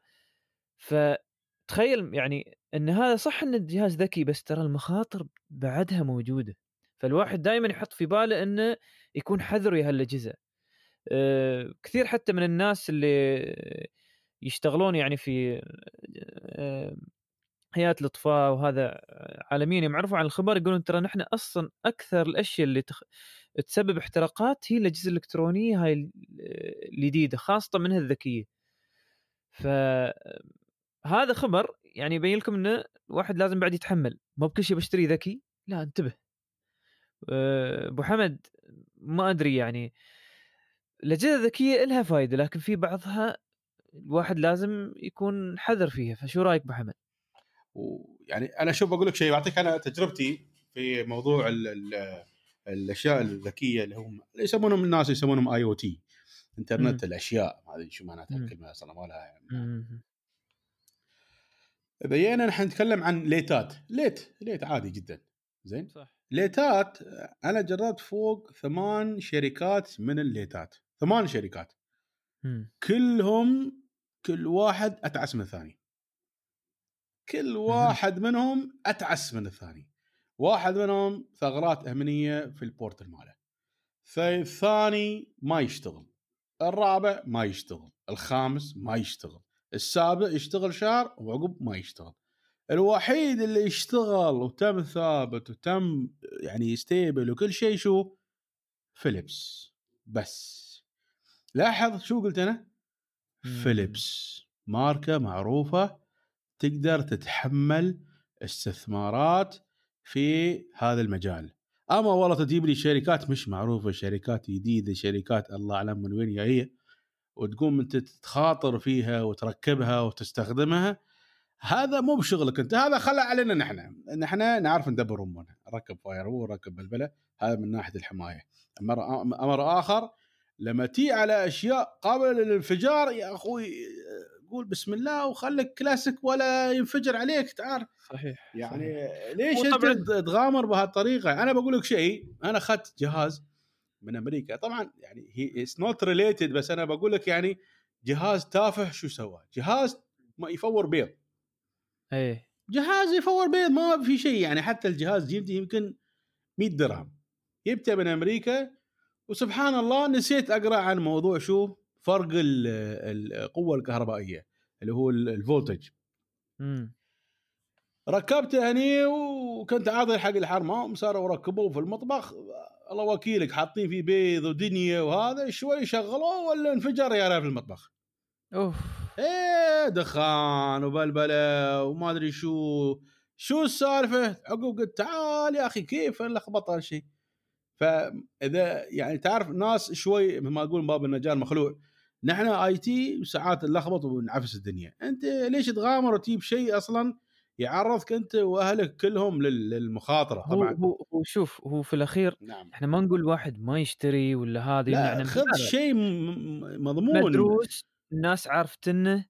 فتخيل يعني ان هذا صح ان الجهاز ذكي، بس ترى المخاطر بعدها موجوده. فالواحد دائما يحط في باله انه يكون حذر يا هالاجهزه. آه، كثير حتى من الناس اللي يشتغلون يعني في آه، هيئات الاطفاء وهذا عالميا يعرفوا عن الخبر، يقولون ترى نحن اصلا اكثر الاشياء اللي تخ... تسبب احتراقات هي الاجهزه الالكترونيه هاي الجديده خاصه منها الذكيه. فهذا خبر يعني يبين لكم انه الواحد لازم بعد يتحمل، مو بكل شيء بشتري ذكي، لا انتبه. أه، ابو حمد ما ادري يعني الاجهزه الذكيه لها فائده، لكن في بعضها الواحد لازم يكون حذر فيها. فشو رايك ابو حمد؟ ويعني انا شوف بقول لك شيء، بعطيك انا تجربتي في موضوع ال ال الاشياء الذكيه اللي هم اللي يسمونهم الناس يسمونهم اي او تي، انترنت الاشياء. ما ادري شو معناتها الكلمه اصلا، ما لها يعني. بينا نحن نتكلم عن ليتات. ليت ليت عادي جدا زين. صح. ليتات انا جربت فوق ثمان شركات من الليتات، ثمان شركات مم. كلهم كل واحد اتعس من الثاني، كل واحد منهم اتعس من الثاني. واحد منهم ثغرات امنيه في البورتل ماله، الثاني ما يشتغل، الرابع ما يشتغل، الخامس ما يشتغل، السابع يشتغل شهر وعقب ما يشتغل. الوحيد اللي يشتغل وتم ثابت وتم يعني ستيبل وكل شيء شو؟ فيليبس. بس لاحظ شو قلت انا؟ فيليبس ماركة معروفة تقدر تتحمل استثمارات في هذا المجال. اما والله تجيب لي شركات مش معروفة، شركات جديدة، شركات الله اعلم من وين جايه، وتقوم انت تخاطر فيها وتركبها وتستخدمها، هذا مو بشغلك انت، هذا خلى علينا نحن نحن نعرف ندبر امورنا، نركب فاير وول نركب بلبله، هذا من ناحيه الحمايه. امر امر اخر لما تي على اشياء قابله للانفجار يا اخوي قول بسم الله وخليك كلاسيك ولا ينفجر عليك، تعرف صحيح يعني صحيح. ليش انت تغامر بهالطريقه؟ انا بقول لك شيء، انا اخذت جهاز من امريكا طبعا، يعني هي اتس نوت ريليتد، بس انا بقول لك يعني جهاز تافه شو سوى، جهاز ما يفور بيض، ايه جهاز يفور بيض ما في شيء يعني. حتى الجهاز جبته يمكن مية درهم، جبته من امريكا، وسبحان الله نسيت اقرا عن موضوع شو فرق القوه الكهربائيه اللي هو الفولتج. امم ركبته هني وكنت عاطي حق الحرمه صاروا ركبوه في المطبخ، الله وكيلك حاطين فيه بيض ودنيا، وهذا شوي شغلوه ولا انفجر يا في المطبخ. اوف ايه دخان وبلبله وما ادري شو شو السالفه. عقب قلت تعال يا اخي كيف اللخبطه هالشيء. فاذا يعني تعرف ناس شوي مثل ما اقول باب النجار مخلوع، نحن اي تي وساعات نلخبط ونعفس الدنيا. انت ليش تغامر وتجيب شيء اصلا يعرضك انت واهلك كلهم لل- للمخاطره هو طبعا. هو هو شوف، هو في الأخير نعم. إحنا ما نقول واحد ما يشتري ولا هذا يمنع لا منه، خذ لا، لا، شيء م- م- مضمون. مدروس، الناس عارفتنه.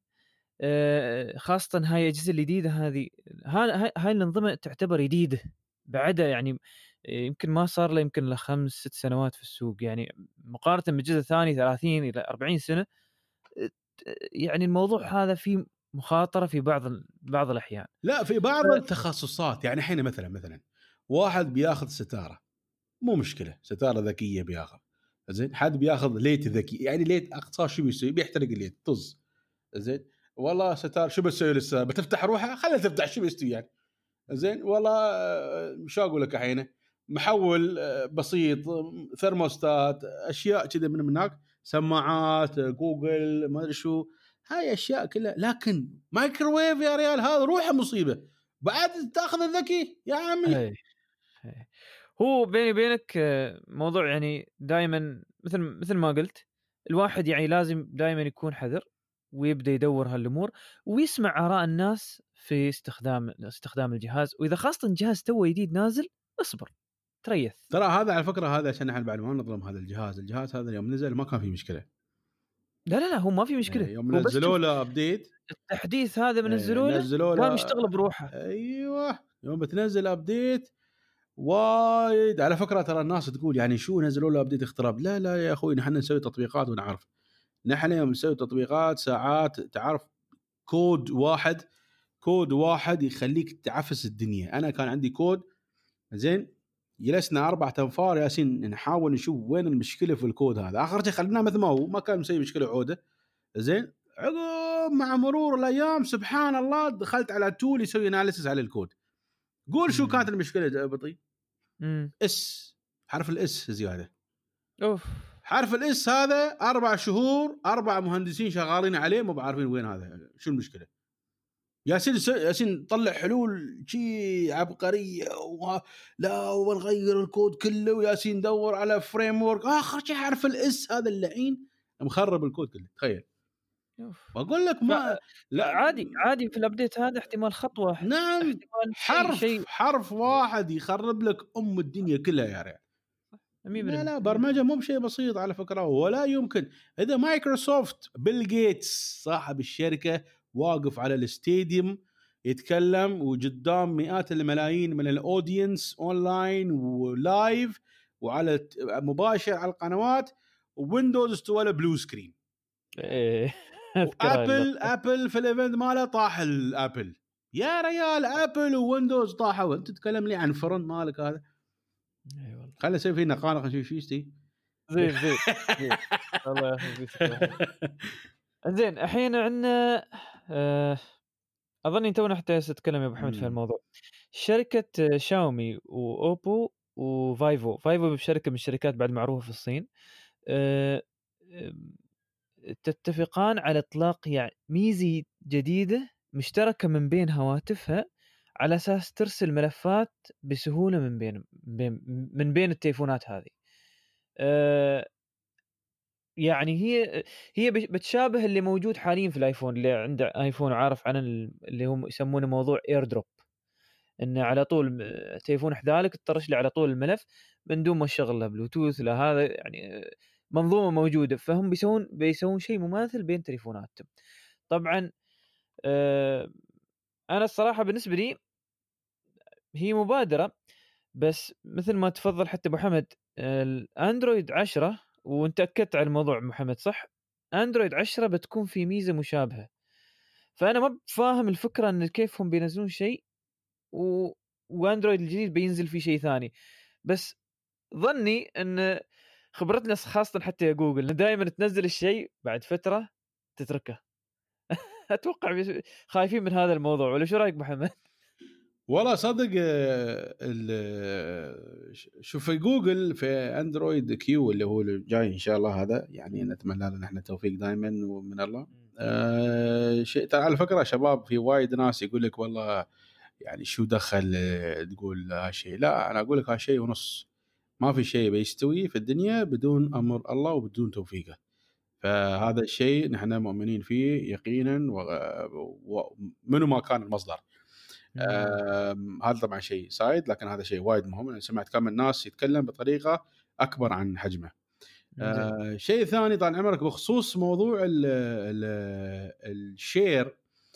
آآ خاصةً هاي الأجهزة الجديدة هذه، ها هاي هاي الأنظمة تعتبر جديدة، بعدها يعني يمكن ما صار له يمكن له خمس ست سنوات في السوق، يعني مقارنة بالأجهزة الثانية ثلاثين إلى أربعين سنة. ت يعني الموضوع هذا فيه مخاطرة في بعض ال بعض الأحيان. لا في بعض ف التخصصات يعني الحين مثلا مثلا واحد بياخذ ستاره مو مشكله، ستاره ذكيه بياخذ زين. حد بياخذ ليت ذكي، يعني ليت اقصى شو بيسوي؟ بيحترق الليت طز زين. والله ستار شو بتسوي لسه بتفتح روحها؟ خليها تفتح شو بيستوي يعني زين. والله آه، شو اقول لك الحين محول آه، بسيط، آه، ثرموستات، اشياء كذا من هناك، سماعات آه، جوجل ما ادري شو، هاي اشياء كلها. لكن مايكروويف يا ريال هذا روحه مصيبه، بعد تاخذ الذكي يا عمي. أي، أي. هو بيني وبينك آه، موضوع يعني دايمًا مثل مثل ما قُلت، الواحد يعني لازم دايمًا يكون حذر، ويبدأ يدوّر هالأمور، ويسمع آراء الناس في استخدام استخدام الجهاز، وإذا خاصةً جهاز توه جديد نازل، اصبر، تريث. ترى هذا على فكره هذا عشان احنا بعد ما نظلم هذا الجهاز، الجهاز هذا يوم نزل ما كان فيه مشكله. لا، لا، لا، هو ما في مشكلة، إيه، يوم هو بس نزلوا شوف له ابديت، التحديث هذا من إيه، نزلوا له نزلوا كان له. مشتغل بروحه. ايوه يوم بتنزل ابديت وايد. على فكره ترى الناس تقول يعني شو نزلوا له ابديت اختراب؟ لا لا يا اخوي نحن نسوي تطبيقات ونعرف. نحن يوم نسوي تطبيقات ساعات تعرف كود واحد، كود واحد يخليك تعفس الدنيا. انا كان عندي كود زين، جلسنا اربع تنفار ياسين نحاول نشوف وين المشكله في الكود هذا. اخر شيء خليناه مثل ما هو، ما كان مسوي مشكله عوده زين. عقب مع مرور الايام سبحان الله دخلت على تول يسوي اناليسيس على الكود. قول شو إمم، كانت المشكله بطيء؟ إمم، اس، حرف الاس زياده. أوف! حرف الاس هذا اربع شهور اربع مهندسين شغالين عليه مو بعارفين وين هذا، شو المشكله. ياسين س- ياسين طلع حلول شي عبقريه و... لا ونغير الكود كله، وياسين دور على فريم ورك، اخر شيء حرف الاس هذا اللعين مخرب الكود كله. تخيل. أوف! بقول لك ما لا. فعادي، عادي في الupdate هذا احتمال خطوة، نعم احتمال شيء حرف شيء حرف واحد يخرب لك ام الدنيا كلها يا ريال. لا مية بالمية. لا برمجه مو بشيء بسيط على فكره، ولا يمكن. اذا مايكروسوفت بيل جيتس صاحب الشركه واقف على الاستاديوم يتكلم وقدام مئات الملايين من الاودينس اونلاين ولايف وعلى ت- مباشر على القنوات، ويندوز استوى بلو سكرين، إيه أذكر هاي وابل اللقطة. ابل في الايفنت ماله طاح الابل. يا ريال ابل وويندوز طاحوا، انت تتكلم لي عن فرن مالك هذا؟ إي والله. خلينا نسوي فيه نقاله خلينا نشوف شو يستوي. زين، زين، زين. الله يحفظك يا أخوي. زين الحين عندنا آآ أظني تونا حتى هسه نتكلم يا أبو حمد في أمم. هالموضوع. شركة شاومي وأوبو وفايفو، فايفو شركة من الشركات بعد معروفة في الصين. آآ آمم تتفقان على إطلاق يعني ميزة جديدة مشتركة من بين هواتفها، على أساس ترسل ملفات بسهولة من بين بين من بين التليفونات هذه. آآ يعني هي هي بش بتشابه اللي موجود حاليًا في الآيفون، اللي عنده آيفون وعارف عن ال اللي هم يسمونه موضوع AirDrop، إنه على طول م تليفونك ذلك تطرش له على طول الملف من دون ما تشغّل له بلوتوث لا هذا يعني منظومة موجودة، فهم بيسوون بيسوون شيء مماثل بين تليفوناتهم. طبعًا آآ أنا الصراحة بالنسبة لي هي مبادرة، بس مثل ما تفضّل حتى أبو حمد، الأندرويد عشرة وأنت أكدت على الموضوع أبو محمد صح؟ أندرويد عشرة بتكون في ميزة مشابهة، فأنا ما بفاهم الفكرة إن كيف هم بينزلون شيء و وأندرويد الجديد بينزل فيه شيء ثاني، بس ظني إن خبرتنا خاصةً حتى يا جوجل إن دايمًا تنزّل الشيء بعد فترة تتركه. أتوقع بيس خايفين من هذا الموضوع والّا شو رأيك أبو محمد؟ والله صدق آه، ال- ش- شوف في جوجل في اندرويد كيو اللي هو اللي جاي ان شاء الله، هذا يعني نتمنى له نحن التوفيق دائما ومن الله. إمم. آه شيء ترى على فكره شباب، في وايد ناس يقول لك والله يعني شو دخل آه، تقول هالشيء. لا انا اقول لك هالشيء ونص. ما في شيء بيستوي في الدنيا بدون امر الله وبدون توفيقه. فهذا الشيء نحن مؤمنين فيه يقينا، ومنو ما كان المصدر. إمم. آمم، هذا طبعًا شيء سايد، لكن هذا شيء وايد مهم. أنا سمعت كم من ناس يتكلم بطريقة أكبر عن حجمه. زين. آآ، شيء ثاني طال عمرك بخصوص موضوع ال ال الshare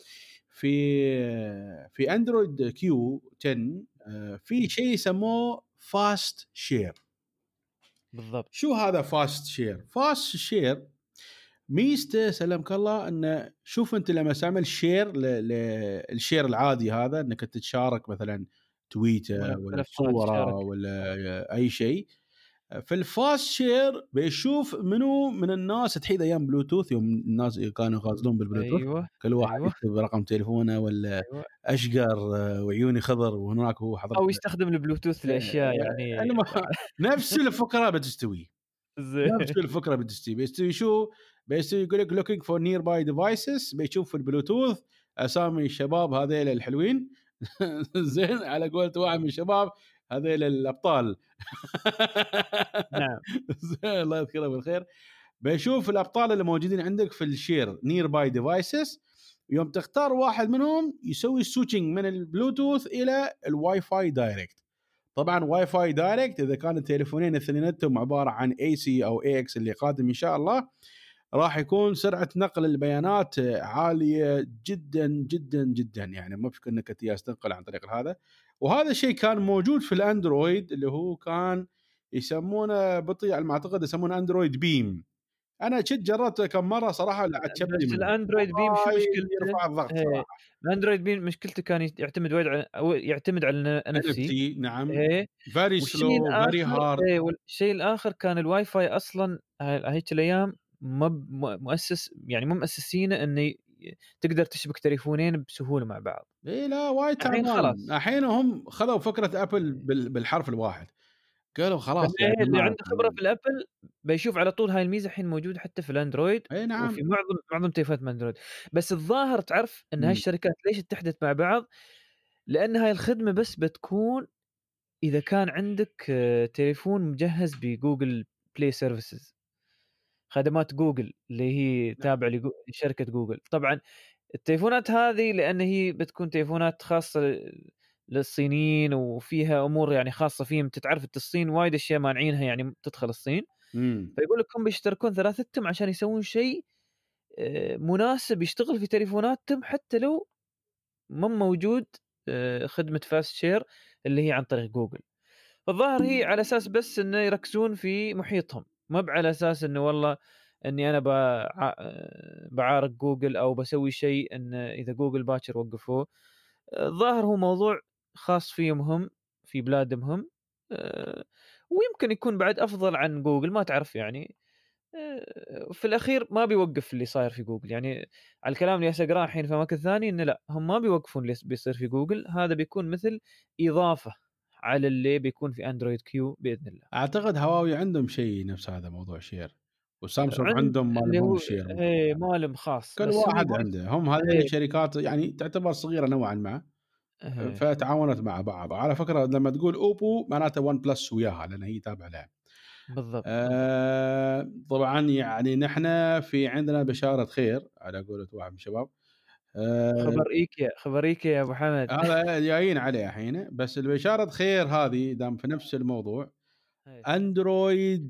في في أندرويد كيو عشرة. آآ، في إمم. شيء يسموه fast share. بالضبط. شو هذا fast share؟ fast share ميزته سلمك الله انه شوف انت لما تعمل شير للشير العادي هذا، انك تتشارك مثلا تويته ولا ونختلف واحد صوره يشارك. ولا اي شيء. في الفاست شير بيشوف منو من الناس تحيد ايام بلوتوث، يوم الناس كانوا يغازلون بالبلوتوث، أيوه، كل واحد أيوه، يكتب رقم تليفونه ولا أيوه. اشقر وعيوني خضر وهناك هو حضرته. أو يستخدم البلوتوث لأشياء يعني المهم نفس الفقره بتستوي. زين. نفس الفكره بتستوي. بيستوي شو؟ بيستوي يقول لك looking for nearby devices، بيشوف في البلوتوث اسامي الشباب هذيل الحلوين. زين، على قولة واحد من الشباب، هذيل الابطال. نعم. زين، الله يذكره بالخير. بيشوف الابطال اللي موجودين عندك في الشير نير باي ديفايسز. يوم تختار واحد منهم يسوي سويتشنج من البلوتوث الى الواي فاي دايركت. طبعا واي فاي دايركت اذا كان التليفونين اثنيناتهم عباره عن اي سي او اي اكس اللي قادم ان شاء الله، راح يكون سرعه نقل البيانات عاليه جدا جدا جدا. يعني ما فيك انك تنقل عن طريق هذا. وهذا الشيء كان موجود في الاندرويد اللي هو كان يسمونه بطيء على ما اعتقد، يسمونه اندرويد بيم. انا شد جربته كم مره صراحه، لا عجبني بس منه الأندرويد بيم شو وايد، مشكلته؟ يرفع الضغط إيه، صراحه. الأندرويد بيم مشكلته كان يت يعتمد وايد على أو يعتمد على ال ان اف إن إف سي. سي نعم. إيه. فيري والشيء سلو فيري الآخر هارد. إيه، والشيء الآخر كان الواي فاي أصلًا ه هيك الأيام ما ب م مؤسس يعني مو مؤسسينه إنه ي تقدر تشبك تليفونين بسهولة مع بعض. اي لا وايد الحين تعبان. خلاص. الحين هم خذوا فكره ابل إيه. بال- بالحرف الواحد. قالوا خلاص يا فاللي اللي جماعه. عنده خبرة في الأبل بيشوف على طول هاي الميزة الحين موجودة حتى في الأندرويد اي نعم. وفي معظم معظم تليفونات الأندرويد. بس الظاهر تعرف إن هاي مم. الشركات ليش اتحدت مع بعض؟ لأن هاي الخدمة بس بتكون إذا كان عندك آه، تليفون مجهز بجوجل بلاي سيرفيسز، خدمات جوجل اللي هي نعم. تابعة لجو لشركة جوجل. طبعًا التليفونات هذه لأن هي بتكون تليفونات خاصة ل للصينيين وفيها أمور يعني خاصة فيهم. أنت تعرف أنت الصين وايد أشياء مانعينها يعني تدخل الصين. مم. فيقول لك هم بيشتركون ثلاثتهم عشان يسوون شيء آآ مناسب يشتغل في تليفوناتهم حتى لو مو موجود آآ خدمة fast share اللي هي عن طريق جوجل. فالظاهر هي على أساس بس إنه يركزون في محيطهم، ما بعلى أساس إنه والله إني أنا باع باعارض جوجل أو باسوي شيء إن إذا جوجل باكر وقفوه. الظاهر هو موضوع خاص فيهم هم، في بلادهم هم. آآ ويمكن يكون بعد أفضل عن جوجل ما تعرف يعني. آآ في الأخير ما بيوقّف اللي صاير في جوجل. يعني على الكلام اللي جالس أقراه الحين في أماكن ثانية إنه لأ، هم ما بيوقفون اللي بيصير في جوجل. هذا بيكون مثل إضافة على اللي بيكون في أندرويد كيو بإذن الله. اعتقد هواوي عندهم شيء نفس هذا موضوع شير، وسامسونج عند عندهم اللي مالهم هو الشير. إيه مالهم خاص، كل بس هم واحد الvoice عنده. هم هذول إيه. الشركات يعني تعتبر صغيره نوعا ما، إيه. فتعاونت مع بعض. على فكره لما تقول اوبو معناته ون بلس وياها، لان هي تابعه لها. بالضبط، بالضبط. آه طبعا يعني نحن في عندنا بشاره خير على قولة واحد من الشباب. آه خبر إيكيا، خبر إيكيا يا أبو حمد. هذا جايين عليه الحين. بس البشاره خير هذه دام في نفس الموضوع، إيه. اندرويد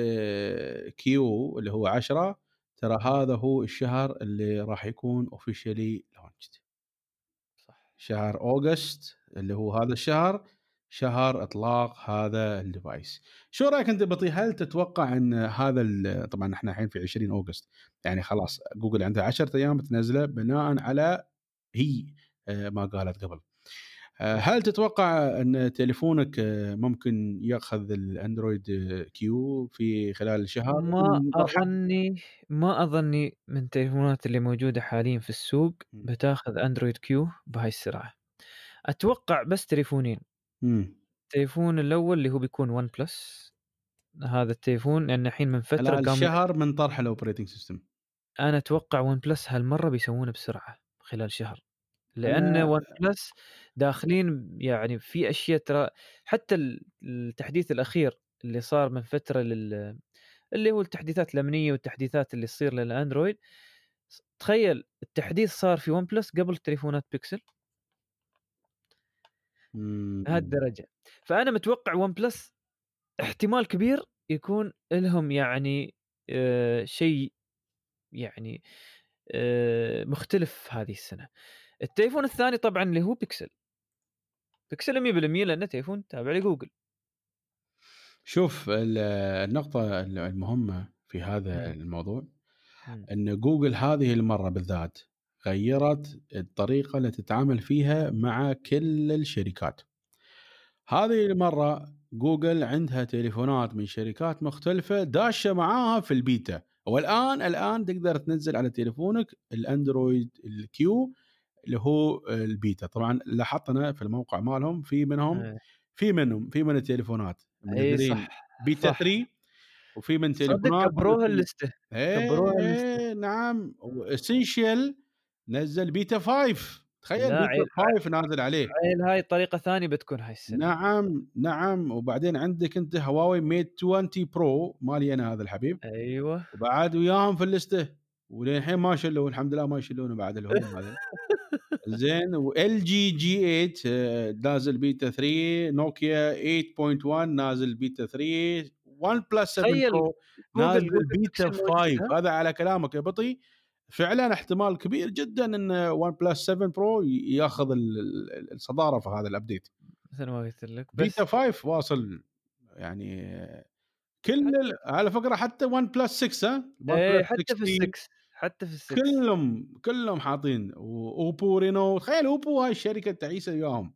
آه، كيو اللي هو عشرة، ترى إمم. هذا هو الشهر اللي راح يكون اوفيشلي لونشد. صح. شهر اوغست اللي هو هذا الشهر، شهر اطلاق هذا الديفايس. شو رايك انت بطي؟ هل تتوقع ان هذا ال- طبعا احنا الحين في عشرين اوغست، يعني خلاص جوجل عندها عشرة ايام تنزله بناء على هي آه، ما قالت قبل. آه، صح. هل تتوقع ان تليفونك آه، ممكن ياخذ الاندرويد آه، كيو في خلال شهر ما مرحله؟ أظني ما أظني من التليفونات اللي موجودة حاليًا في السوق بتاخذ أندرويد كيو بهاي السرعة. اتوقع بس تليفونين. امم التليفون الاول اللي هو بيكون ون بلس، هذا التليفون لان الحين من فتره خلال قاموا، شهر من طرح الاوبريتنج سيستم. انا اتوقع ون بلس هالمره بيسوونه بسرعه خلال شهر، لان انا ون بلس داخلين يعني في اشياء ترى. حتى ال- التحديث الاخير اللي صار من فتره لل اللي هو التحديثات الامنيه والتحديثات اللي تصير للاندرويد، تخيل التحديث صار في ون بلس قبل تليفونات بيكسل مم. لهالدرجه. فانا متوقع ون بلس احتمال كبير يكون لهم يعني آه شيء يعني آه مختلف هذه السنه. التليفون الثاني طبعا اللي هو بيكسل، بيكسل مية بالمية لانه تليفون تابع لجوجل. شوف ال- النقطة المهمة في هذا مم. الموضوع مم. ان جوجل هذه المرة بالذات غيرت الطريقة اللي تتعامل فيها مع كل الشركات. هذه المرة جوجل عندها تليفونات من شركات مختلفة داشة معاها في البيتا، والآن الآن تقدر تنزل على تليفونك الأندرويد الكيو اللي هو البيتا. طبعا لاحظنا في الموقع مالهم في منهم آه. في منهم في من التليفونات اي منزلين صح بيتا صح، ثلاثة، وفي من صدق تليفونات كبروها منزلين اللسته، ايه كبروها اللسته. ايه نعم. واسينشال نزل بيتا خمسة، تخيل لا بيتا عيل، خمسة نازل عليه. عيل هاي طريقه ثانيه بتكون هاي السنه. نعم نعم. وبعدين عندك انت هواوي ميت عشرين برو مالي انا هذا الحبيب، ايوه وبعد وياهم في اللسته، ولين الحين ما شلوا الحمد لله ما يشلونه بعد الهدوم هذه. زين. وال جي جي ثمانية آه، نازل بيتا ثلاثة، نوكيا ثمانية فاصلة واحد نازل بيتا ثلاثة، ون بلس سبعة تخيل برو جوجل نازل جوجل بيتا بيكسل موجود. ها خمسة. هذا على كلامك يا بطي، فعلا احتمال كبير جدا ان ون بلس سبعة برو ياخذ ال- ال- الصداره في هذا الابديت. مثل ما قلت لك. بيتا بس خمسة واصل يعني كل حتى ال- على فكره حتى ون بلس ستة، ها ون ايه، بلس حتى في ستة السكس، حتى في السكس. كلهم كلهم حاطين. واوبو رينو، تخيل اوبو هاي الشركه التعيسه وياهم.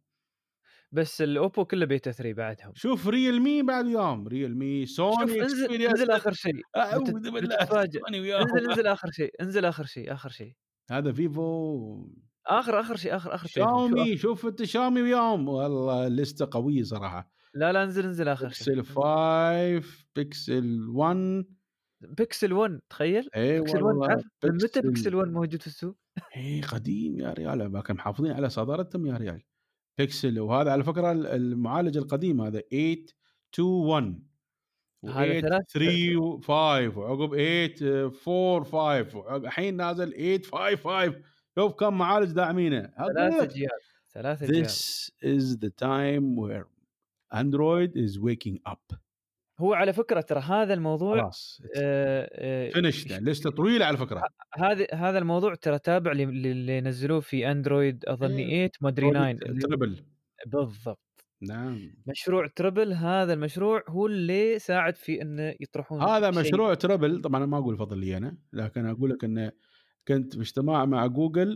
بس الاوبو كله بيتا ثلاثة بعدهم. شوف ريلمي بعد وياهم، ريلمي، شوف سوني انزل اكسبيريا انزل ستة. اخر شيء بتت... اعوذ بالله بتتفاجئ. سوني وياهم. انزل انزل اخر شيء، انزل اخر شيء، اخر شيء، هذا فيفو. اخر اخر شيء، اخر اخر تليفون شو شاومي، اخر. شوف انت شاومي وياهم، والله لسته قويه صراحه. لا لا انزل انزل اخر شيء. بيكسل خمسة، بيكسل واحد. بيكسل واحد، تخيل اي بيكسل واحد. والله تعرف من متى بيكسل. بيكسل واحد موجود في السوق؟ اي قديم يا ريال، لكن محافظين على صدارتهم يا ريال. بيكسل، وهذا على فكره المعالج القديم هذا ثمانية اثنين واحد، هذا و8 ثلاث ثلاثة خمسة، وعقب ثمانية أربعة خمسة، وعقب الحين نازل ثمانية خمسة خمسة. شوف كم معالج داعمينه. اقول ثلاث لك اجيال، ثلاث اجيال. this is the time where Android is waking up. هو على فكره ترى هذا الموضوع خلاص فينيشت، آه، لسته طويله على فكره. هذا هذا الموضوع ترى تابع لل- للي نزلوه في اندرويد اظني إيه، ثمانية ما ادري تسعة بروجكت اللي هو تربل. بالضبط. نعم. مشروع تربل، هذا المشروع هو اللي ساعد في انه يطرحون هذا شيء. مشروع تربل. طبعا أنا ما اقول فضل لي انا، لكن اقول لك انه كنت في اجتماع مع جوجل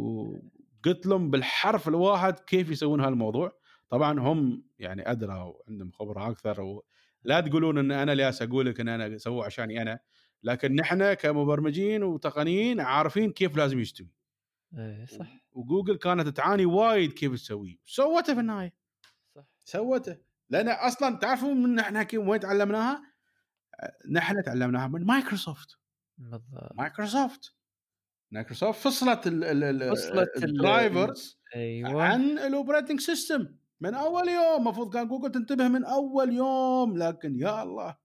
وقلت لهم بالحرف الواحد كيف يسوون هالموضوع. طبعا هم يعني ادرى وعندهم خبره اكثر، ولا تقولون ان انا اللي اقول لك ان انا سووه عشاني انا، لكن نحن كمبرمجين وتقنيين عارفين كيف لازم يستوي. ايه صح وجوجل كانت تعاني وايد كيف تسويه، سوته في النهايه. صح. سوته لان اصلا تعرفون من احنا كيف وين تعلمناها؟ نحن تعلمناها من مايكروسوفت. بالضبط. مايكروسوفت مايكروسوفت فصلت ال- ال- ال- وصلت ال- الدرايفرز ايوه. عن الاوبريتنج سيستم من اول يوم. المفروض كان جوجل تنتبه من اول يوم، لكن يا الله.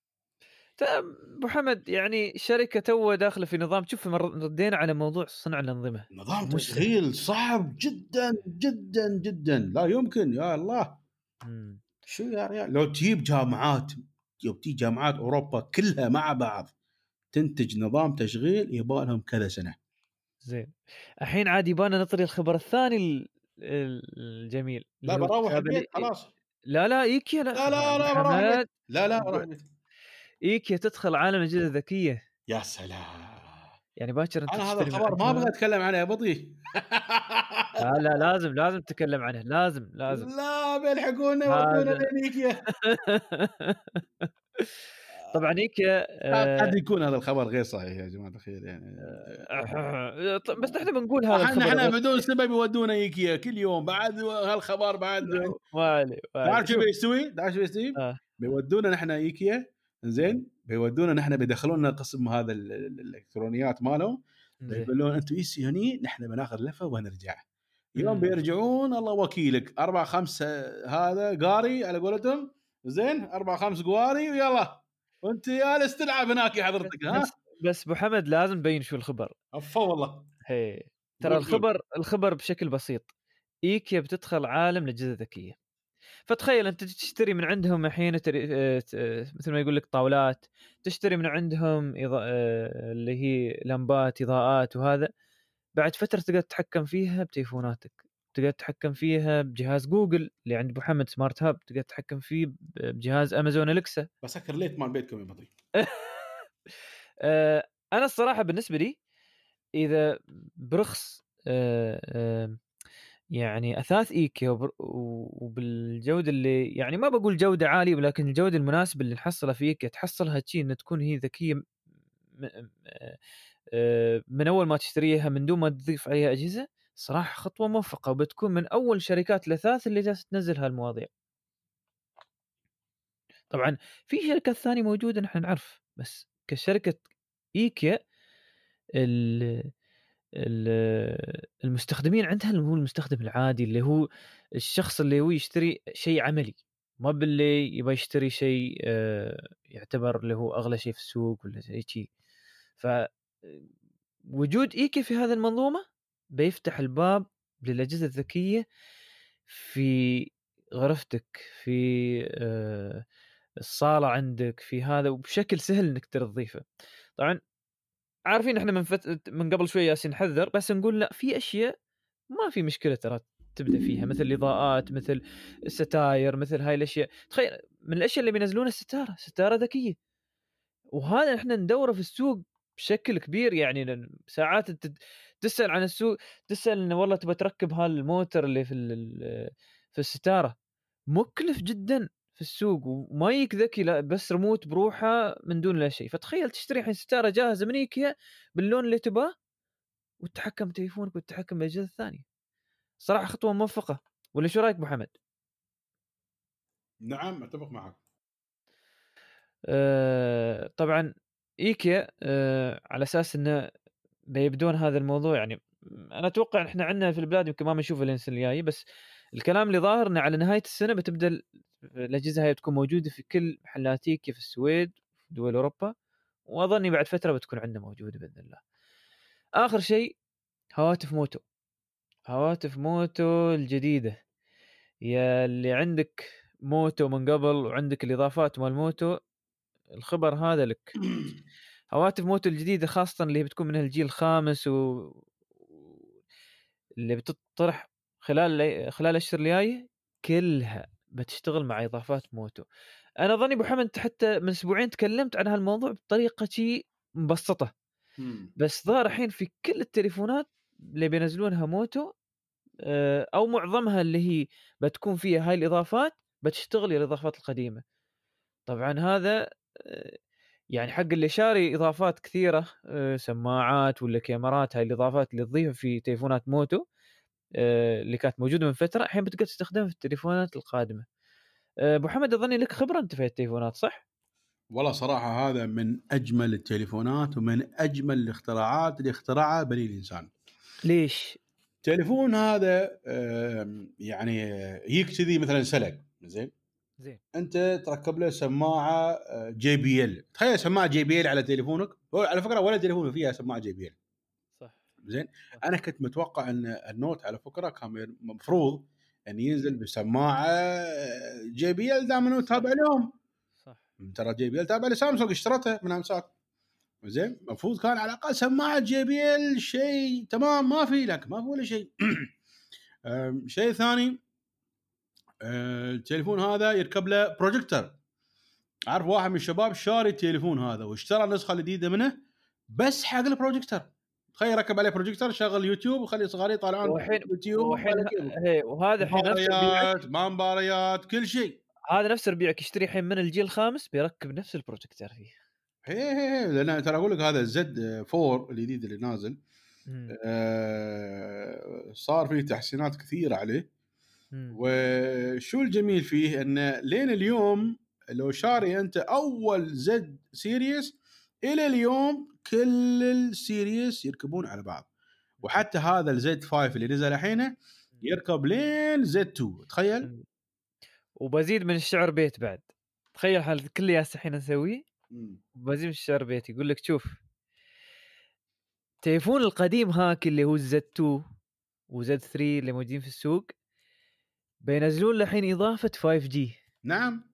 ابو حمد يعني شركه تو داخله في نظام. شوف مر- ردينا على موضوع صنع الانظمه، نظام مش سهل. تشغيل صعب جدا جدا جدا، لا يمكن يا الله. مم. شو يا ريال، لو تجيب جامعات، لو تجيب جامعات اوروبا كلها مع بعض تنتج نظام تشغيل يبغى لهم كذا سنه. زين، الحين عاد يبانا نطري الخبر الثاني ال- ال- الجميل لا اللي هو بروح كتاب البيت لي. خلاص. لا لا ايكيا، لا لا لا أبو لا بروح البيت. حمد. لا لا ب- بروح البيت. ايكيا تدخل عالم الاجهزه الذكيه، يا سلام. يعني باكر انت انا هذا تشتري من الخبر ما ابغى عندهم. اتكلم عنه يا بطي. لا لا لازم لازم تتكلم عنه، لازم لازم. لا بيلحقونا يودونا هذا لينيكيا. طبعا ايكيا قد يكون هذا الخبر غير صحيح يا جماعه الخير يعني. بس نحن بنقول هذا احنا الخبر احنا بدون سبب يودونا ايكيا كل يوم بعد هالخبر بعد. والي تعرف شو بيسوي؟ تعرف شو بيسوي؟ آه. بيودونا نحن ايكيا زين، بيودونا نحن بيدخلونا قسم هذا الالكترونيات ماله، بيقولون انتم ايسي هني نحن بناخذ لفه ونرجع. يوم بيرجعون الله وكيلك أربعة خمسة هذا قاري على قولتهم زين، أربعة خمس قواري ويلا وانت يا استلعب هناك يا حضرتك. ها بس بس ابو حمد لازم نبين شو الخبر. افا والله هي ترى الخبر الخبر بشكل بسيط. ايكيا بتدخل عالم الاجهزه الذكيه. فتخيل انت تشتري من عندهم الحين مثل ما يقول لك طاولات، تشتري من عندهم إضاء... اللي هي لمبات اضاءات، وهذا بعد فتره تقدر تتحكم فيها بتليفوناتك، تقدر تتحكم فيها بجهاز جوجل اللي عند ابو حمد سمارت هاب، تقدر تتحكم فيه بجهاز امازون اليكسا. بسكر ليت مال بيتكم يا بطيء. انا الصراحه بالنسبه لي اذا برخص يعني اثاث ايكيا وبالجوده اللي يعني ما بقول جوده عاليه، ولكن الجوده المناسبه اللي نحصلها في ايكيا تحصلها شيء ان تكون هي ذكيه من اول ما تشتريها من دون ما تضيف عليها اجهزه. صراحه خطوه موفقه، وبتكون من اول شركات الاثاث اللي جالسه تنزل هالمواضيع. طبعا في شركات ثانيه موجوده نحن نعرف، بس كشركه ايكيا المستخدمين عندها اللي هو المستخدم العادي، اللي هو الشخص اللي هو يشتري شيء عملي، ما باللي يبغى يشتري شيء يعتبر اللي هو أغلى شيء في السوق ولا شيء. فوجود إيكيا في هذا المنظومة بيفتح الباب للأجهزة الذكية في غرفتك، في الصالة عندك، في هذا، وبشكل سهل إنك تضيفه. طبعا عارفين احنا من فت... من قبل شويه ياسين نحذر، بس نقول لا، في اشياء ما في مشكله ترى تبدا فيها، مثل الاضاءات، مثل الستاير، مثل هاي الاشياء. تخيل من الاشياء اللي بينزلونها الستاره، ستاره ذكيه، وهذا احنا ندوره في السوق بشكل كبير. يعني ساعات انت تسال عن السوق، تسال انه والله تبى تركب هالموتر اللي في في الستاره، مكلف جدا في السوق وما يك ذكي، لا بس ريموت بروحه من دون لا شيء. فتخيل تشتري الحين ستاره جاهزه من ايكيا باللون اللي تباه، وتتحكم بتليفونك وتتحكم بالاجهزه الثانيه. صراحه خطوه موفقه، ولا شو رايك ابو حمد؟ نعم اتفق معك. أه طبعا ايكيا أه على اساس انه بيبدون هذا الموضوع، يعني انا اتوقع ان احنا عندنا في البلاد يمكن ما بنشوف الانس الجاي، بس الكلام اللي ظاهر انه على نهايه السنه بتبدا الاجهزه هاي تكون موجوده في كل محلات ايكيا في السويد، في دول اوروبا، واظني بعد فتره بتكون عندنا موجوده باذن الله. اخر شيء هواتف موتو. هواتف موتو الجديده، يا اللي عندك موتو من قبل وعندك الاضافات مال موتو، الخبر هذا لك. هواتف موتو الجديده خاصه اللي بتكون من الجيل الخامس و اللي بتطرح خلال خلال الاشهر الجايه كلها بتشتغل مع اضافات موتو. انا ظني ابو حمد حتى من اسبوعين تكلمت عن هالموضوع بطريقه شيء مبسطه، بس ظهر الحين في كل التليفونات اللي بينزلونها موتو او معظمها اللي هي بتكون فيها هاي الاضافات بتشتغل الاضافات القديمه. طبعا هذا يعني حق اللي شاري اضافات كثيره، سماعات ولا كاميرات، هاي الاضافات اللي تضيفها في تليفونات موتو اللي كانت موجوده من فتره، الحين بتقدر تستخدمها في التليفونات القادمه. ابو حمد اظني لك خبره انت في التليفونات صح؟ والله صراحه هذا من اجمل التليفونات ومن اجمل الاختراعات اللي اخترعها بني الانسان. ليش؟ التليفون هذا يعني يجيك كذي مثلا سلق زين زين، انت تركب له سماعه جي بي ال. تخيل سماعه جي بي ال على تليفونك، على فكره ولا تليفون فيها سماعه جي بي ال. صح زين. انا كنت متوقع ان النوت على فكره كان مفروض ان ينزل بسماعه جي بي ال دام انه تابع لهم. صح، ترى جي بي ال تابع لسامسونج، اشترته من امساك. زين المفروض كان على الاقل سماعه جي بي ال شيء تمام، ما في لك ما في ولا شيء. شيء ثاني، التليفون هذا يركب له بروجيكتور. عارف واحد من الشباب شاري التليفون هذا واشترى النسخه الجديده منه بس حق البروجيكتور. تخيل ركب عليه بروجيكتور، شغل يوتيوب وخلي صغاري يطالعون وحين يوتيوب وحين هي وهذا الحين مباريات ما مباريات كل شيء. هذا نفس ربيعك يشتري الحين من الجيل الخامس بيركب نفس البروجيكتور فيه. هي هي لان ترى اقول لك هذا الزد فور الجديد اللي نازل إمم. آه، صار فيه تحسينات كثيره عليه. إمم. وشو الجميل فيه انه لين اليوم لو شاري انت اول زد سيريس الى اليوم كل السيريس يركبون على بعض، وحتى هذا الزد خمسة اللي نزل الحين يركب لين زد تو. تخيل. إمم. وبزيد من الشعر بيت بعد. تخيل حال كل اللي هسه الحين نسويه مم. وبزيد من الشعر بيت يقول لك شوف تليفون القديم هاك اللي هو الزد تو وزد ثري اللي موجودين في السوق بينزلون الحين إضافة فايف جي. نعم.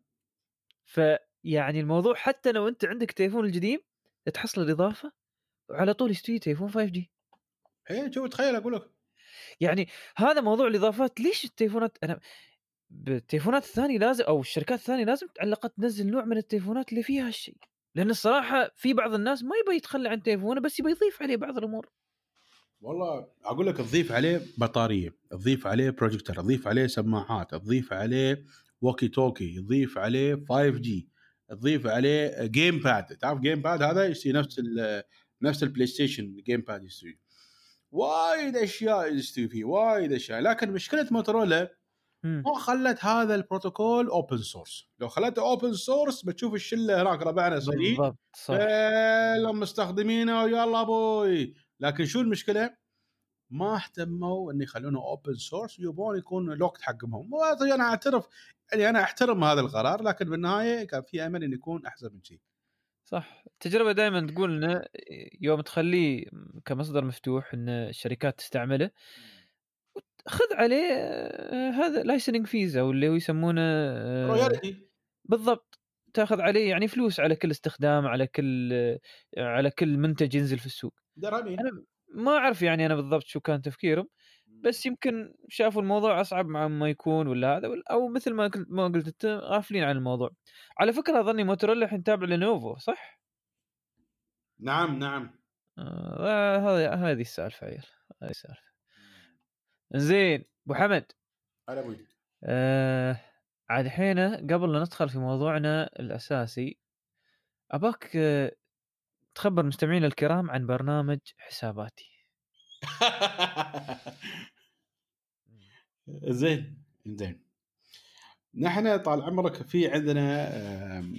فيعني الموضوع حتى لو أنت عندك تليفون القديم تحصل الإضافة وعلى طول يستوي تليفون فايف جي. ايه شوف تخيل اقول لك. يعني هذا موضوع الإضافات. ليش التليفونات أنا بالتليفونات الثانية لازم أو الشركات الثانية لازم على الأقل تنزل نوع من التليفونات اللي فيها هالشيء، لأن الصراحة في بعض الناس ما يبي يتخلى عن تليفونه بس يبي يضيف عليه بعض الأمور. والله اقول لك تضيف عليه بطاريه، تضيف عليه بروجيكتور، تضيف عليه سماعات، تضيف عليه ووكي توكي، تضيف عليه فايف جي، تضيف عليه جيم باد. تعرف جيم باد هذا يصير نفس ال نفس البلاي ستيشن جيم باد يصير. وايد اشياء يستوي فيه، وايد اشياء. لكن مشكله موتورولا امم ما خلت هذا البروتوكول اوبن سورس. لو خلته اوبن سورس بتشوف الشله هناك ربعنا صيني بالضبط صح. كلهم مستخدمينه ويلا ابوي. لكن شو المشكله؟ ما اهتموا ان يخلونه اوبن سورس، يبون يكون لوكت حقهم. انا اعترف يعني انا احترم هذا القرار، لكن بالنهايه كان في امل ان يكون احسن من شيء. صح. التجربة دائما تقول إنه يوم تخليه كمصدر مفتوح إن الشركات تستعمله خذ عليه آه، هذا لايسننج فيز أو اللي هو يسمونه آه، رويالتي. بالضبط. تاخذ عليه يعني فلوس على كل استخدام على كل على كل منتج ينزل في السوق. درامين. أنا ما أعرف يعني أنا بالضبط شو كان تفكيرهم، بس يمكن شافوا الموضوع أصعب مع ما يكون ولا هذا ولا- أو مثل ما قلت ما قلت أنت غافلين عن الموضوع. على فكرة أظني موتوريلا الحين تابع لينوفو صح؟ نعم نعم. آه هذه هذه السالفة عيل. هذه السالفة. زين أبو حمد. هلا ابوي. آه عاد الحين قبل لا ندخل في موضوعنا الأساسي أباك آه، تخبر المستمعين الكرام عن برنامج حساباتي. زين زين. نحن طال عمرك في عندنا آم،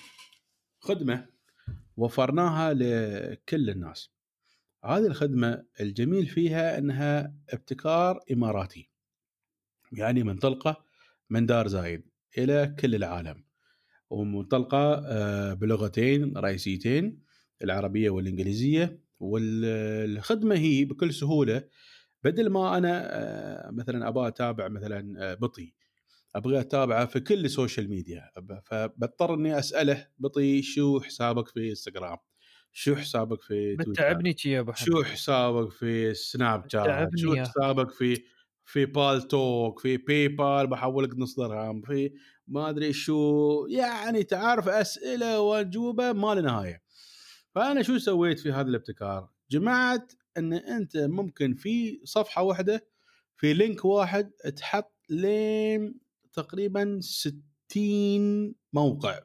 خدمه وفرناها لكل الناس. هذه الخدمه الجميل فيها انها ابتكار اماراتي، يعني منطلقه من دار زايد الى كل العالم، ومنطلقه آه، بلغتين رئيسيتين، العربيه والانجليزيه. والخدمه هي بكل سهوله بدل ما انا آه، مثلا ابغى اتابع مثلا آه، بطي، ابغى اتابعه في كل السوشيال ميديا، فبضطر اني اساله بطي شو حسابك في انستغرام، شو حسابك في تويتر، بتعبني يا ابو حمد. شو حسابك في سناب شات، بتعبني شو يا اخي. حسابك في في بال توك، في باي بال بحولك نص درهم، في ما ادري شو. يعني تعرف اسئله واجوبه ما له نهايه. فانا شو سويت في هذا الابتكار؟ جمعت ان انت ممكن في صفحه واحده في لينك واحد تحط لين تقريبا ستين موقع.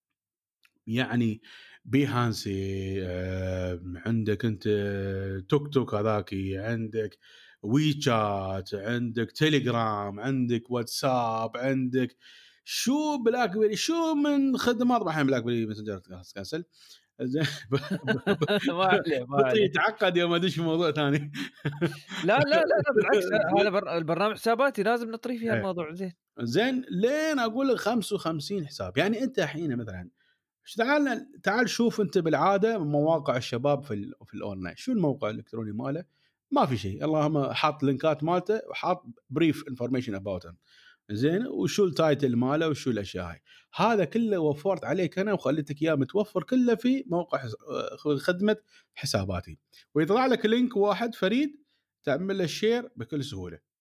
يعني بيهانسي آه، عندك انت توك توك هذاكي، عندك وي شات، عندك تيليجرام، عندك واتساب، عندك شو بلاك بيري، شو من خدمات. راح بلاك بيري ماسنجر كنسل. زين. ما عليه ما بطي عليه. يتعقد يوم ادش في موضوع ثاني. لا لا لا لا بالعكس هذا بر... البرنامج حساباتي لازم نطري فيها الموضوع زين. زين لين اقول لك خمسة وخمسين حساب. يعني انت الحين مثلا تعال تعال شوف انت بالعاده مواقع الشباب في ال في الاونلاين، شو الموقع الالكتروني ماله؟ ما في شيء، اللهم حاط لينكات مالته وحاط بريف انفورميشن اباوت زين، وشو التايتل ماله وشو الاشياء هاي. هذا كله وفرت عليك انا وخليتك اياه متوفر كله في موقع خدمه حساباتي، ويطلع لك لينك واحد فريد تعمل له شير بكل سهوله.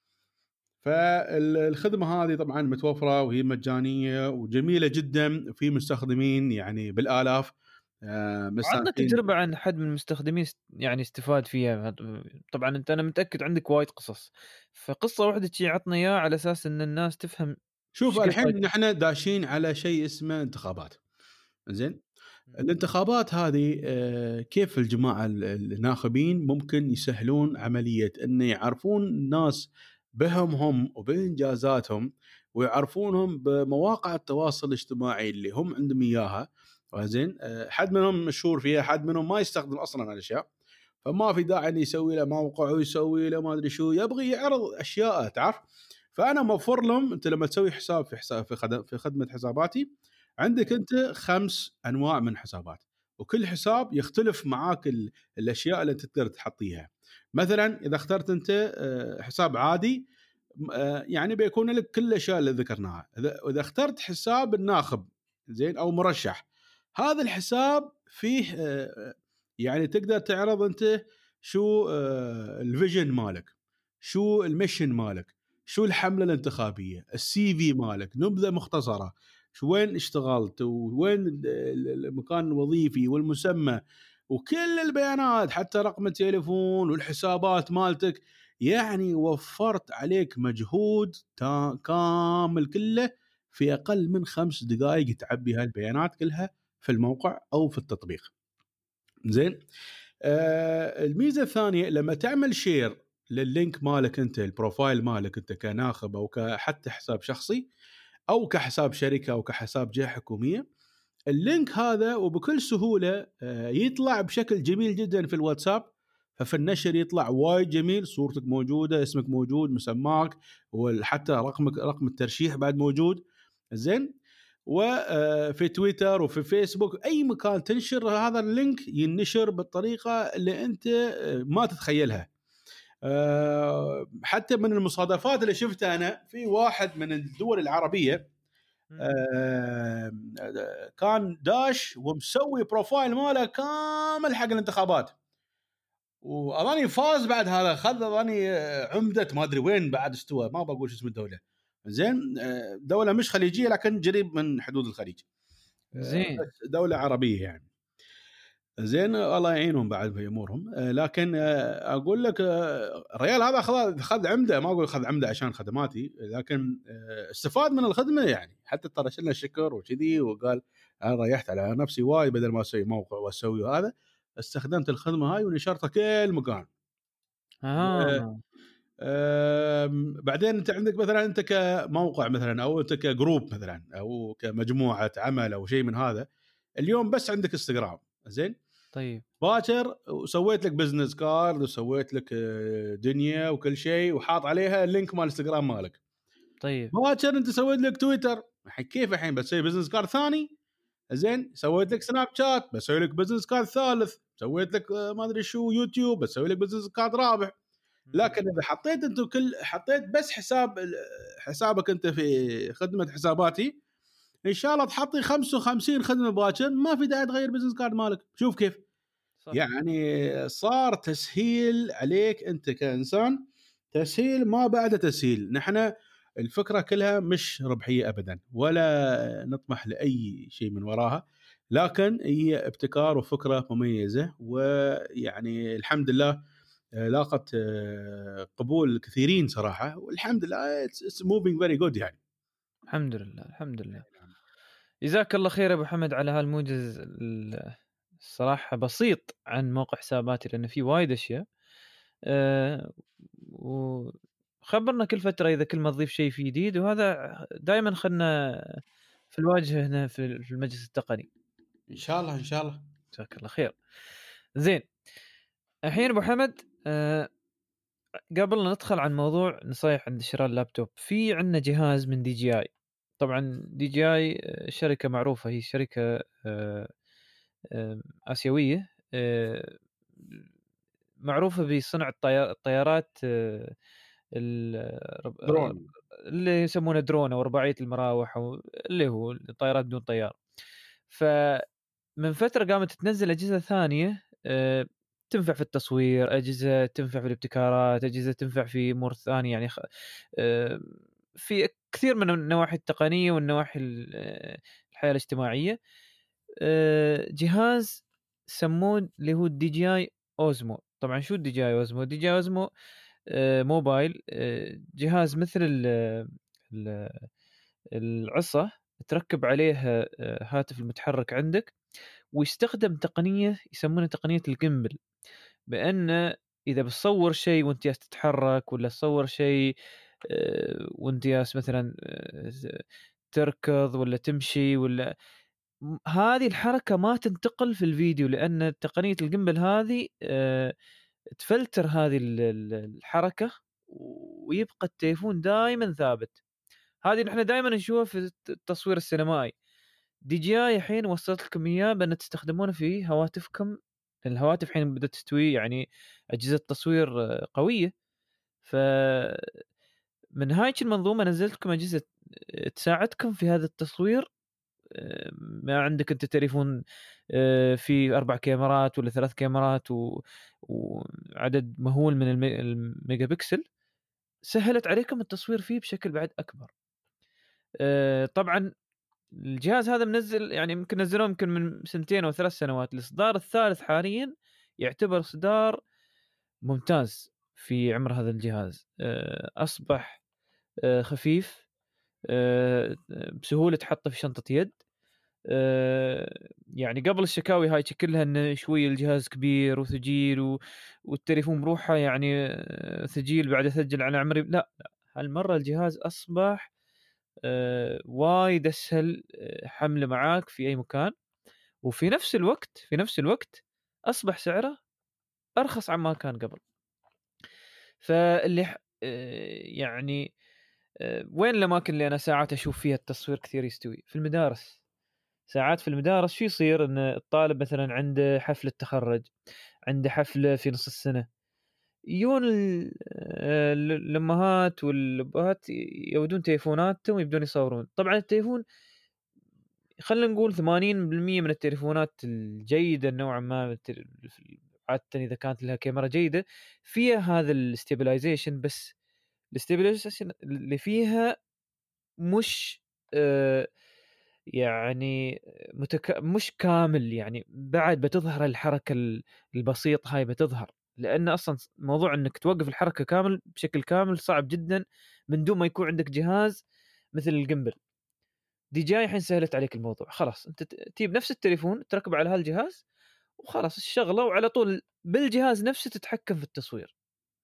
فالخدمه هذه طبعا متوفره وهي مجانيه وجميله جدا، في مستخدمين يعني بالالاف عندنا مستانسين. تجربة عن حد من المستخدمين يعني استفاد فيها. طبعا انت انا متأكد عندك وايد قصص، فقصة واحدة شي عطنا اياها على اساس ان الناس تفهم شوف إيش الحين قصدك؟ نحن داشين على شيء اسمه انتخابات، زين؟ إمم. الانتخابات هذه آه، كيف الجماعة ال- الناخبين ممكن يسهلون عملية أن يعرفون الناس بهمهم وبإنجازاتهم، ويعرفونهم بمواقع التواصل الاجتماعي اللي هم عندهم إياها، زين؟ آه، حد منهم مشهور فيها، حد منهم ما يستخدم أصلا هالأشياء، فما في داعي أن يسوي له موقع ويسوي له ما أدري شو، يبغي يعرض أشياء، تعرف؟ فأنا موفر لهم. أنت لما تسوي حساب في حساب في خدمة في خدمة حساباتي، عندك إمم. أنت خمس أنواع من حسابات، وكل حساب يختلف معاك ال- الأشياء اللي أنت تقدر تحطيها. مثلا إذا اخترت أنت آه، حساب عادي، م- آه، يعني بيكون لك كل الأشياء اللي ذكرناها. إذا إذا اخترت حساب الناخب، زين، أو مرشح، هذا الحساب فيه آه، يعني تقدر تعرض أنت شو آه، الفيجن مالك، شو المشن مالك، شو الحملة الانتخابية، السي في مالك، نبذة مختصرة، شو وين اشتغلت، وين ال- ال- المكان الوظيفي والمسمى، وكل البيانات، حتى رقم التليفون والحسابات مالتك. يعني وفرت عليك مجهود تا- كامل كله في اقل من خمس دقائق تعبي هالبيانات كلها في الموقع او في التطبيق، زين. آه الميزه الثانيه، لما تعمل شير لللينك مالك انت، البروفايل مالك انت كناخب، او كحتى حساب شخصي، او كحساب شركه، او كحساب جهه حكوميه، اللينك هذا وبكل سهوله آه، يطلع بشكل جميل جدا في الواتساب. ففي النشر يطلع وايد جميل، صورتك موجوده، اسمك موجود، مسماك، وحتى رقمك، رقم الترشيح بعد موجود، زين. وفي تويتر وفي فيسبوك، اي مكان تنشر هذا اللينك ينشر بالطريقه اللي انت آه، ما تتخيلها. آه، حتى من المصادفات اللي شفتها انا في واحد من الدول العربيه، إمم. آه، كان داش ومسوي بروفايل ماله كامل حق الانتخابات، واظني فاز بعد هذا، خذ اظني عمده ما ادري وين بعد استوى، ما بقول شو اسم الدوله، زين. آه، دوله مش خليجيه لكن قريب من حدود الخليج، آه، زين. بس دوله عربيه يعني، زين. الله يعينهم بعد في امورهم. آه، لكن آه، اقول لك آه، الريال هذا خذ خذ عمده، ما اقول خذ عمده عشان خدماتي، لكن آه، استفاد من الخدمه يعني، حتى ترى شلنا شكر وكذي، وقال انا ريحت على نفسي وايد، بدل ما اسوي موقع واسوي هذا، استخدمت الخدمه هاي ونشرتها كل مكان. آه، أها. آم، بعدين انت عندك مثلا انت كموقع مثلا، او انت كجروب مثلا، او كمجموعه عمل او شيء من هذا، اليوم بس عندك انستغرام، زين، طيب. باكر وسويت لك بزنس كارد، وسويت لك آه، دنيا وكل شيء، وحاط عليها اللينك مال انستغرام مالك. طيب. باكر انت سويت لك تويتر، الحين كيف الحين بتسوي بزنس كارد ثاني؟ زين، سويت لك سناب شات، بسوي لك بزنس كارد ثالث، سويت لك آه، ما ادري شو يوتيوب، بسوي لك بزنس كارد رابع. إمم. لكن اذا حطيت انت كل حطيت بس حساب ال- حسابك انت في خدمه حساباتي، ان شاء الله تحطي خمسة وخمسين خدمه باكر، ما في داعي تغير بزنس كارد مالك. شوف كيف صح. يعني صار تسهيل عليك انت كانسان، تسهيل ما بعده تسهيل. نحن الفكره كلها مش ربحيه ابدا، ولا نطمح لاي شيء من وراها، لكن هي ابتكار وفكره مميزه، ويعني الحمد لله آه، لاقت آه، قبول كثيرين صراحه، والحمد لله اتس موفينج فيري جود يعني. الحمد لله، الحمد لله. جزاك الله خير يا ابو حمد على هالموجز ال- الصراحه بسيط عن موقع حساباتي، لانه في وايد اشياء. أه وخبرنا كل فتره اذا كل ما تضيف شيء في جديد، وهذا دائما خلنا في الواجهه هنا في في المجلس التقني. ان شاء الله ان شاء الله. جزاك الله خير. زين. الحين ابو حمد، أه قبل لا ندخل عن موضوع نصايح عند شراء اللابتوب، في عندنا جهاز من دي جي اي. طبعا دي جي اي شركه معروفه، هي شركه أه آه، آسيوية، آه، معروفة بصنع الطيا- الطيارات، آه، ال- رب- درون. اللي يسمونه درون أو رباعية المراوح، أو اللي هو الطيارات بدون طيار. فمن فترة قامت تنزل أجهزة ثانية، آه، تنفع في التصوير، أجهزة تنفع في الابتكارات، أجهزة تنفع في أمور ثانية يعني، خ- آه، في كثير من النواحي التقنية والنواحي ال- آه، الحياة الاجتماعية. آه، جهاز سموه اللي هو الدي جي اي اوزمو. طبعا شو الدي جي اي اوزمو؟ الدي جي اي اوزمو آه، موبايل، آه، جهاز مثل ال ال العصا تركب عليه هاتف المتحرك عندك، ويستخدم تقنية يسمونها تقنية الجيمبل، بأن إذا بتصور شيء وأنت جالس تتحرك، ولا تصور شيء وأنت جالس مثلا تركض ولا تمشي، ولا هذه الحركة ما تنتقل في الفيديو، لأن تقنية الجيمبل هذه تفلتر هذه الحركة ويبقى التليفون دائما ثابت. هذه نحن دائما نشوفها في التصوير السينمائي. دي جي اي الحين وصلت لكم اياه بان تستخدمونه في هواتفكم. الهواتف الحين بدات تستوي يعني اجهزه تصوير قويه، ف من هاي المنظومه نزلت لكم اجهزه تساعدكم في هذا التصوير. ما عندك انت تليفون في اربع كاميرات ولا ثلاث كاميرات و... وعدد مهول من المي... الميجا بكسل، سهلت عليكم التصوير فيه بشكل بعد اكبر. طبعا الجهاز هذا منزل يعني يمكن نزلوه يمكن من سنتين او ثلاث سنوات. الاصدار الثالث حاليا يعتبر اصدار ممتاز في عمر هذا الجهاز. اصبح خفيف، بسهوله تحطه في شنطه يد. يعني قبل الشكاوي هاي كلها انه شوي الجهاز كبير وثقيل و... والتليفون بروحه يعني ثقيل بعد اسجل على عمري. لا هالمره الجهاز اصبح آه وايد اسهل حمله معاك في اي مكان، وفي نفس الوقت في نفس الوقت اصبح سعره ارخص عما كان قبل. فاللي آه يعني آه وين الاماكن اللي انا ساعات اشوف فيها التصوير كثير يستوي؟ في المدارس. ساعات في المدارس شو يصير ان الطالب مثلا عنده حفله تخرج، عنده حفله في نص السنه، يجون الامهات والابهات يودون تليفوناتهم ويبدون يصورون. طبعا التليفون خلينا نقول ثمانين بالمية من التليفونات الجيده نوعا ما، عاده اذا كانت لها كاميرا جيده فيها هذا الاستابلايزيشن، بس الاستابلايزيشن اللي فيها مش آه يعني متك... مش كامل، يعني بعد بتظهر الحركه البسيطه هاي بتظهر، لان اصلا موضوع انك توقف الحركه كامل بشكل كامل صعب جدا من دون ما يكون عندك جهاز مثل الجيمبل. دي جاي الحين سهلت عليك الموضوع، خلاص انت تجيب نفس التليفون تركب على هالجهاز وخلاص الشغله، وعلى طول بالجهاز نفسه تتحكم في التصوير.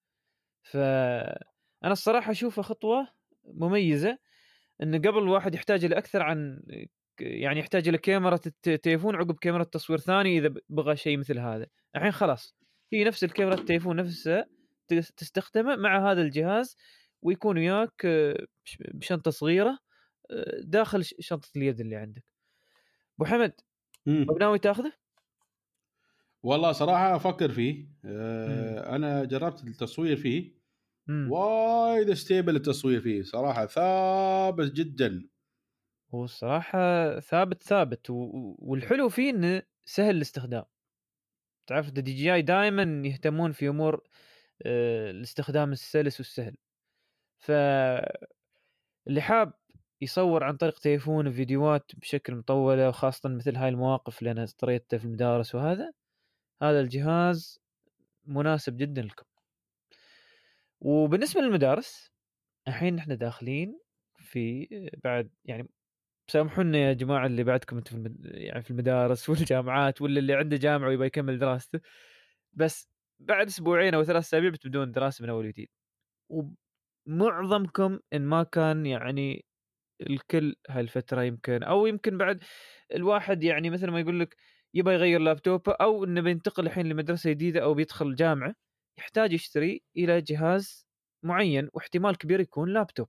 فانا الصراحه اشوفها خطوه مميزه، ان قبل الواحد يحتاج الى اكثر عن يعني يحتاج الى كاميرا التليفون عقب كاميرا تصوير ثاني اذا بغى شيء مثل هذا. الحين خلاص هي نفس الكاميرا التليفون نفسها تستخدمه مع هذا الجهاز، ويكون وياك بشنطه صغيره داخل شنطه اليد اللي عندك. ابو حمد ناوي تاخذه؟ والله صراحه افكر فيه. أه انا جربت التصوير فيه، مم. وايد ستيبل التصوير فيه صراحه، ثابت جدا. هو الصراحه ثابت ثابت و... والحلو فيه انه سهل الاستخدام. تعرف دي جي اي دائما يهتمون في امور أه الاستخدام السلس والسهل. ف اللي حاب يصور عن طريق تليفون فيديوهات بشكل مطولة، وخاصة مثل هاي المواقف اللي أنا طريتها في المدارس وهذا، هذا الجهاز مناسب جدا لكم. وبالنسبة للمدارس الحين نحن داخلين في بعد يعني سامحونا يا جماعة اللي بعدكم انتم في المد... يعني في المدارس والجامعات، ولا اللي عنده جامعة ويبغى يكمل دراسته، بس بعد اسبوعين او ثلاث اسابيع بتبدون دراسة من اول وجديد. ومعظمكم ان ما كان يعني الكل هالفترة يمكن او يمكن بعد الواحد يعني مثل ما يقول لك يبغى يغير لابتوب، او انه بينتقل الحين لمدرسة جديدة او بيدخل جامعة، يحتاج يشتري الى جهاز معين واحتمال كبير يكون لابتوب.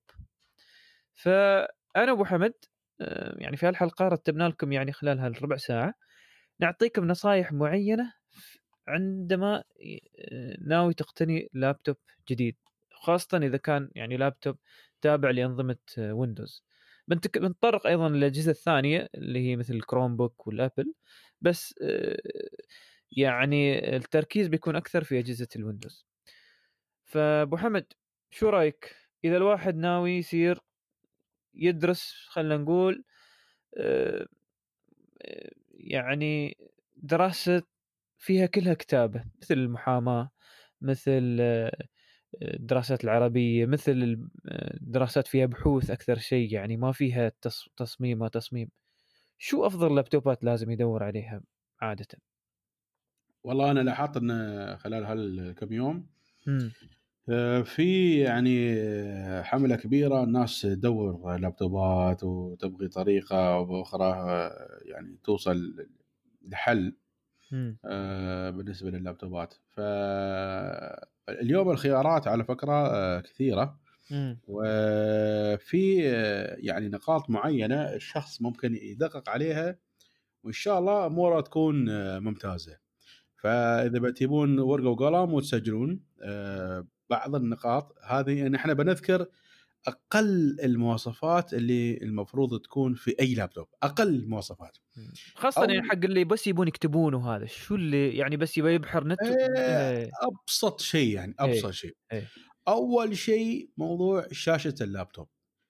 فانا ابو حمد يعني في هالحلقة رتبنا لكم يعني خلال هالربع ساعة نعطيكم نصائح معينة عندما ناوي تقتني لابتوب جديد، خاصة إذا كان يعني لابتوب تابع لأنظمة ويندوز. بنتطرق أيضا للأجهزة الثانية اللي هي مثل الكروم بوك والأبل، بس يعني التركيز بيكون أكثر في أجهزة الويندوز. فأبو حمد شو رأيك إذا الواحد ناوي يصير يدرس، خلنا نقول يعني دراسة فيها كلها كتابة، مثل المحاماة، مثل الدراسات العربية، مثل ال الدراسات فيها بحوث أكثر شيء، يعني ما فيها تص تصميم ما تصميم. شو أفضل لابتوبات لازم يدوّر عليها عادةً؟ والله أنا لاحظت إن خلال هالكم يوم إمم، آآ في يعني آه، حملة كبيرة، الناس تدوّر لابتوبات وتبغي طريقة أو بأخرى آه، يعني توصل لحل إمم، آآ بالنسبة لللابتوبات. فاليوم الخيارات على فكرة آآ كثيرة، إمم، وفي آه، يعني نقاط معينة الشخص ممكن يدقق عليها، وإن شاء الله أموره تكون آه، ممتازة. فإذا بتجيبون ورقة وقلم وتسجلون آآ بعض النقاط هذه، يعني إحنا بنذكر أقل المواصفات اللي المفروض تكون في أي لابتوب، أقل المواصفات. إمم، خاصةً يعني أو حق اللي بس يبون يكتبون وهذا، شو اللي يعني بس يبغى يبحر نت و آآ إيه، أبسط شيء يعني، إيه، أبسط شيء. إيه، أول شيء موضوع شاشة اللابتوب.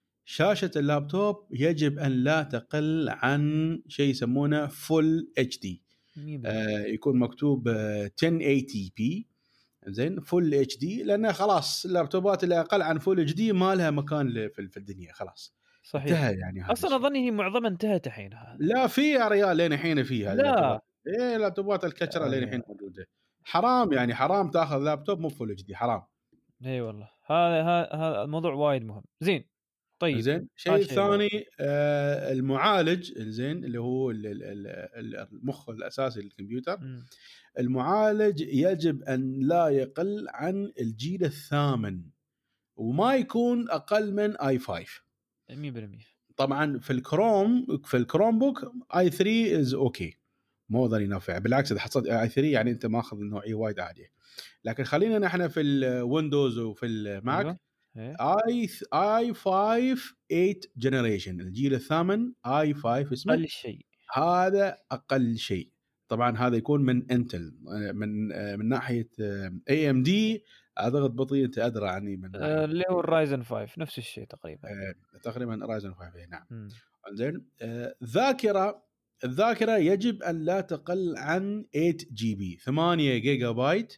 شاشة اللابتوب يجب أن لا تقل عن شيء يسمونه Full إتش دي. مية بالمية آآ يكون مكتوب آه، عشرة ثمانين بي زين Full إتش دي، لأنه خلاص اللابتوبات اللي أقل عن Full إتش دي ما لها مكان ل في في الدنيا خلاص. صحيح. انتهى يعني هذا أصلًا الشيء. أظني هي معظمها انتهت الحين هذا. لا في يا ريال لين الحين في هذه لا، اللابتوبات. إيه لابتوبات الكچرة لين الحين آآ، موجودة. حرام يعني حرام تاخذ لابتوب مو Full إتش دي حرام. إي والله، هذا ه هذا الموضوع وايد مهم. زين، طيب، زين، هذا الشيء الشيء الأول. الثاني آآ المعالج زين اللي هو ال ال ال ال المخ الأساسي للكمبيوتر. إمم، المعالج يجب أن لا يقل عن الجيل الثامن، وما يكون أقل من آي فايف. مية بالمية طبعًا في الكروم في الكروم بوك آي ثري is okay more than enough. بالعكس إذا حصلت آي ثري يعني أنت ماخذ النوعية وايد عالية. لكن خلينا نحن في الويندوز وفي أيوه، الماك إيه، اي اي فايف ثمانية جنريشن الجيل الثامن اي فايف اسمه. أقل شيء. هذا اقل شيء. طبعا هذا يكون من انتل من من ناحيه اي ام دي. اعتقد بطيء، انت ادرى عني من آآ، ناحيه اللي هو الRyzen خمسة نفس الشيء تقريبًا. آه، تقريبا رايزن خمسة. نعم. إمم، زين آه، ذاكره. الذاكره يجب ان لا تقل عن ثمانية جي بي ثمانية جيجا بايت.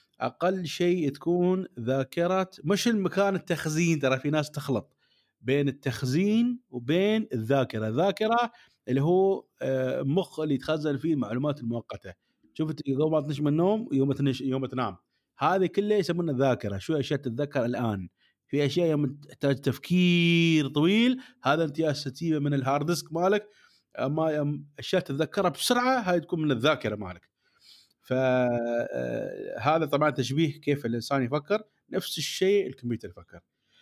اقل شيء تكون ذاكره، مش المكان التخزين، ترى في ناس تخلط بين التخزين وبين الذاكره. ذاكره اللي هو آه، مخ اللي يتخزن فيه المعلومات المؤقته. شفت قبل ما تنش من النوم يوم تنش يوم تنام، هذه كلها يسمونها ذاكره. شو اشياء تتذكر الان؟ في اشياء يوم تحتاج تفكير طويل، هذا انت تجيبه من الهارد ديسك مالك. اما اشياء تتذكرها بسرعه هاي تكون من الذاكره مالك. فهذا طبعا تشبيه كيف الانسان يفكر، نفس الشيء الكمبيوتر يفكر.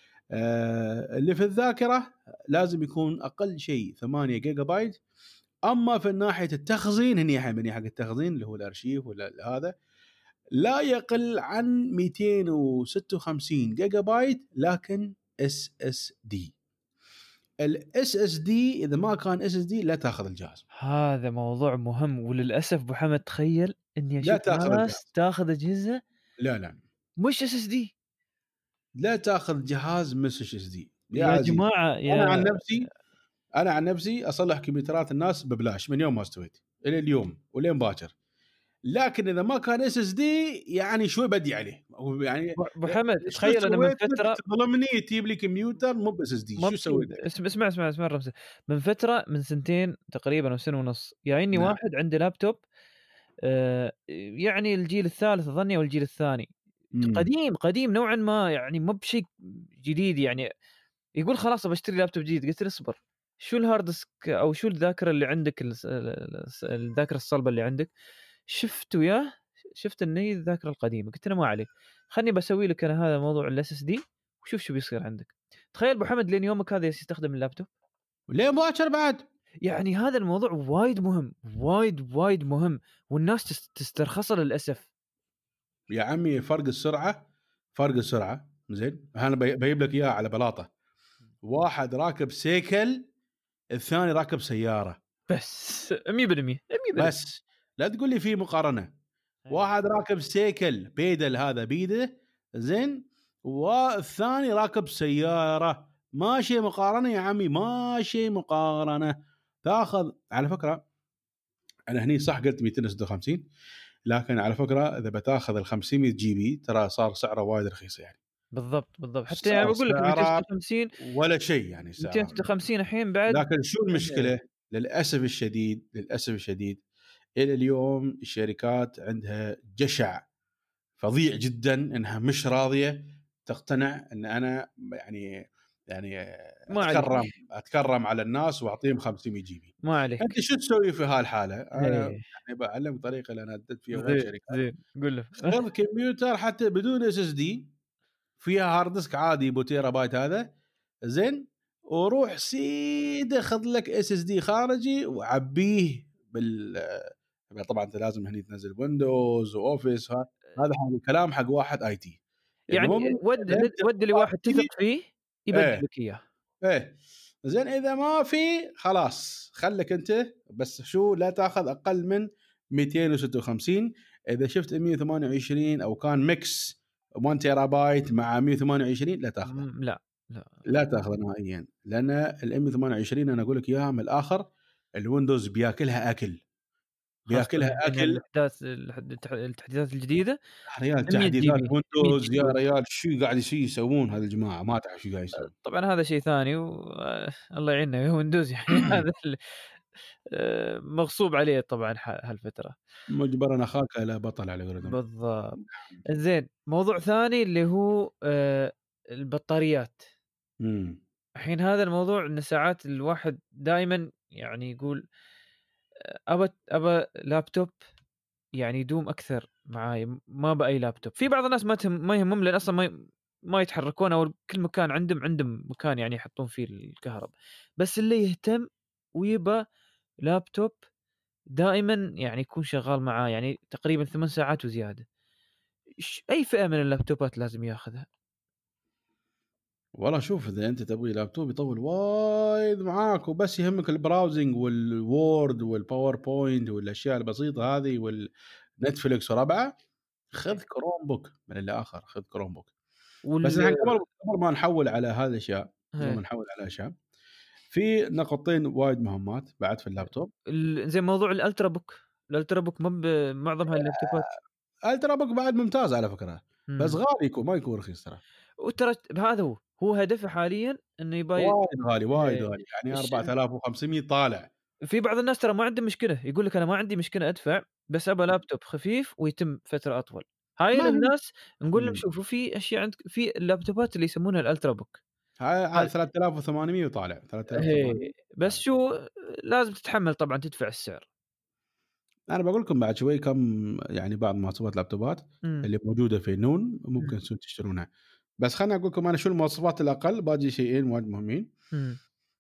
آه، اللي في الذاكره لازم يكون اقل شيء ثمانية جيجا بايت. اما في ناحيه التخزين، هني حق حق التخزين اللي هو الارشيف ولا هذا، لا يقل عن مئتين وستة وخمسين جيجا بايت، لكن اس اس دي. الاس اس دي اذا ما كان اس اس دي لا تاخذ الجهاز. هذا موضوع مهم، وللأسف أبو حمد تخيل إني لا أشوف تاخذ ناس الجهاز. تاخذ أجهزة لا لا مش إس إس دي. لا تاخذ جهاز مش اس اس دي يا يا عزيزي. جماعة انا يا عن نفسي انا عن نفسي اصلح كمبيوترات الناس ببلاش من يوم ما استويت الى اليوم ولين باكر. لكن اذا ما كان اس اس دي يعني شوي بدي عليه يعني. أبو أبو حمد شو تخيل أنا من سويت لك فترة تظلمني تجيب لي كمبيوتر مو باس اس دي؟ ما شو بتجيب سويت لك؟ اسم اسمع اسمع اسمع رمزي. من فترة من سنتين تقريبًا أو سنة ونص جايني نعم. واحد عنده لابتوب آآ، يعني الجيل الثالث أظني أو الجيل الثاني. امم قديم، قديم نوعًا ما يعني مو بشيء جديد يعني. يقول خلاص أبى أشتري لابتوب جديد، قلت له اصبر، شو الهارد ديسك أو شو الذاكرة اللي عندك الس الس الذاكرة الصلبة اللي عندك؟ شفت وياه، شفت إن هي الذاكرة القديمة، قلت له ما عليك، خلني باسوي لك أنا هذا موضوع الإس إس دي وشوف شو بيصير عندك. تخيل أبو حمد لين يومك هذا يستخدم اللابتوب؟ لين باكر بعد. يعني هذا الموضوع وايد مهم، وايد، وايد مهم، والناس تس تسترخصه للأسف. يا عمي فرق السرعه، فرق السرعه زين. انا بي- بجيب لك اياه على بلاطه. واحد راكب سيكل، الثاني راكب سياره. بس مية بالمية مية بالمية بس لا تقول لي في مقارنه. أيوه. واحد راكب سيكل بيدل هذا بيده زين، والثاني راكب سياره. ماشي مقارنه يا عمي، ماشي مقارنه. تاخذ على فكره، انا هني صح قلت مئتين وستة وخمسين، لكن على فكره اذا بتاخذ ال خمسمية جي بي ترى صار سعره وايد رخيص يعني. بالضبط، بالضبط. حتى يعني صار باقول لك سعره مئتين وستة وخمسين ولا شيء يعني مئتين سعره. وستة وخمسين الحين بعد. لكن شو المشكلة؟ للأسف الشديد، للأسف الشديد إلى اليوم الشركات عندها جشع فظيع جدًا إنها مش راضية تقتنع إن أنا يعني يعني ما عليك، أتكرّم أتكرّم على الناس وأعطيهم خمسمية جيبي. ما أنت عليك. شو تسوي في هالحالة؟ أنا إيه، يعني باعلّمك طريقة لأن عدّيت فيها وايد زين، شركات. زين، قُل له. خذ كمبيوتر حتى بدون إس إس دي فيها هارد ديسك عادي أبو تيرا بايت هذا، زين، وروح سيده خذ لك إس إس دي خارجي وعبّيه بال طبعًا أنت لازم هني تنزّل ويندوز وأوفيس ها هذا حق الكلام حق واحد آي تي. يعني المهم ود إذا ن أنت ودّي لواحد فيه تثق فيه يبدل إيه، لك إياه. إيه، زين إذا ما في خلاص خلّك أنت بس شو لا تاخذ أقل من مئتين وستة وخمسين. إذا شفت مئة وثمانية وعشرين أو كان ميكس واحد تيرا بايت مع مئة وثمانية وعشرين لا تاخذه. إمم، لأ، لأ. لا تاخذه نهائيًا، لأن ال128 أنا أقول لك إياها من الآخر الويندوز بياكلها أكل، خاصةً بياكلها الحين أكل. الأحداث الح التح التحديثات الجديدة يا ريال مية جي تحديثات بي، مية ويندوز جيجا يا بايت. ريال شو قاعد يس يسوون هذه الجماعة ما تعرف شو قاعد يسوون. طبعًا هذا شيء ثاني و آه، الله يعيننا ويندوز يعني هذا ال آآ، مغصوب عليه طبعًا ح هالفترة. مجبرًا أخاك لا بطل على قولتهم. بالضبط. زين، موضوع ثاني اللي هو آآ، البطاريات. إمم. الحين هذا الموضوع إن ساعات الواحد دايمًا يعني يقول أبى أبى لابتوب يعني يدوم أكثر معاي، ما أبى أي لابتوب. في بعض الناس ما تهم ما يهمهم لأن أصلًا ما ي ما يتحركون أو كل مكان عندهم عندهم مكان يعني يحطون فيه الكهرب. بس اللي يهتم ويبى لابتوب دائمًا يعني يكون شغال معاه يعني تقريبًا ثمان ساعات وزيادة. ش أي فئة من اللابتوبات لازم ياخذها؟ والله شوف إذا أنت تبغي لابتوب يطول وايد معاك وبس يهمك البراوزنج والوورد والباوربوينت والأشياء البسيطة هذه والنتفليكس وربعه، خذ كروم بوك من الآخر، خذ كروم بوك. بس وال الحين قبل قبل ما نحول على هذه الأشياء، قبل ما إيه. نحول على أشياء، في نقطتين وايد مهمات بعد في اللابتوب. ال زي موضوع الألترا بوك. الألترا بوك ما بمعظم هاي اللابتوبات. الترا بوك بعد ممتاز على فكرة، بس إمم. غالي يكون ما يكون رخيص ترى. وترى هذا هو، هو هدفه حاليًا إنه يبا ي وايد غالي، وايد إيه. غالي، يعني الش أربعة آلاف وخمسمية طالع. في بعض الناس ترى ما عندهم مشكلة، يقول لك أنا ما عندي مشكلة أدفع، بس أبى لابتوب خفيف ويتم فترة أطول. هاي ما في للناس نقول لهم إمم. شوفوا في أشياء عندك في اللابتوبات اللي يسمونها الألترا بوك. هاي هاي عاد ثلاثة آلاف وثمانمية وطالع، هي ثلاثة آلاف وثمانمية بس طالع. شو لازم تتحمل طبعًا تدفع السعر. أنا باقول لكم بعد شوي كم يعني بعض مواصفات اللابتوبات إمم، اللي موجودة في نون إمم، ممكن تصيرون تشترونها. بس خليني أقول لكم أنا شو المواصفات الأقل باقي شيئين وايد مهمين. إمم،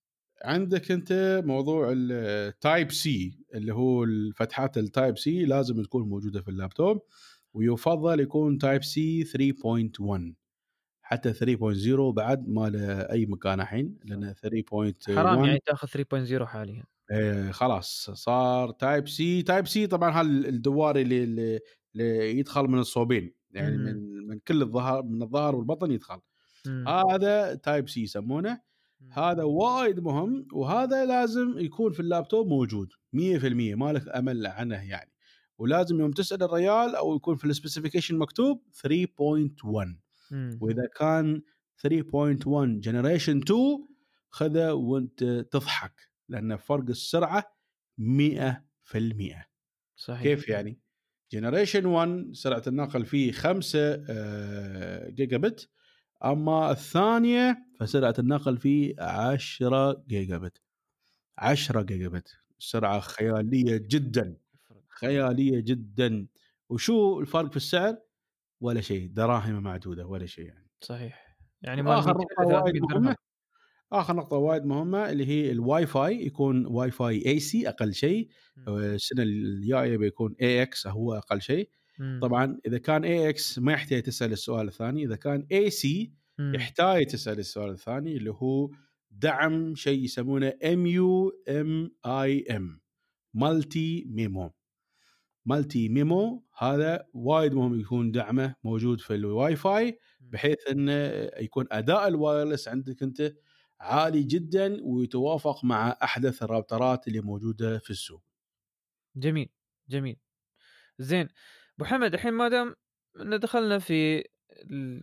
عندك أنت موضوع الType C اللي هو الفتحات الType C لازم تكون موجودة في اللابتوب، ويُفضّل يكون Type C ثري بوينت ون حتى ثري بوينت زيرو بعد ما له أي مكان الحين، صح. لأن ثري بوينت حرام ون يعني تاخذ ثري بوينت زيرو حاليًا. آآ خلاص صار Type C. Type C طبعًا هذا ال الدواري اللي اللي اللي يدخل من الصوبين، يعني إمم، من من كل الظهر من الظهر والبطن يدخل. إمم، هذا Type C يسمونه. إمم، هذا وايد مهم وهذا لازم يكون في اللابتوب موجود مية بالمية ما لك أمل عنه يعني. ولازم يوم تسأل الريال أو يكون في الspecification مكتوب ثري بوينت ون. إمم، وإذا كان ثري بوينت ون generation تو خذه وأنت تضحك لأن فرق السرعة مية بالمية. صحيح. كيف يعني؟ generation ون سرعة النقل فيه خمسة آآ جيجا بت، أما الثانية فسرعة النقل فيه عشرة جيجا بت. عشرة جيجا بت سرعة خيالية جدًا، يفرق. خيالية جدًا. وشو الفرق في السعر؟ ولا شيء، دراهم معدودة ولا شيء يعني. صحيح. يعني مال وآخر مئتين نقطة إلى وايد ثلاثمئة مهمة، درهم. آخر نقطة وايد مهمة اللي هي الواي فاي يكون واي فاي اي سي أقل شيء. إمم، آآ السنة الجاية بيكون اي اكس هو أقل شيء. إمم، طبعًا إذا كان اي اكس ما يحتاج تسأل السؤال الثاني، إذا كان اي سي إمم، يحتاج تسأل السؤال الثاني اللي هو دعم شيء يسمونه إم يو إم آي إم multi memo. مالتي ميمو هذا وايد مهم يكون دعمه موجود في الواي فاي، إمم. بحيث انه يكون اداء الوايرلس عندك انت عالي جدا ويتوافق مع احدث الراوترات اللي موجوده في السوق. جميل، جميل. زين، أبو حمد الحين ما دام إن دخلنا في ال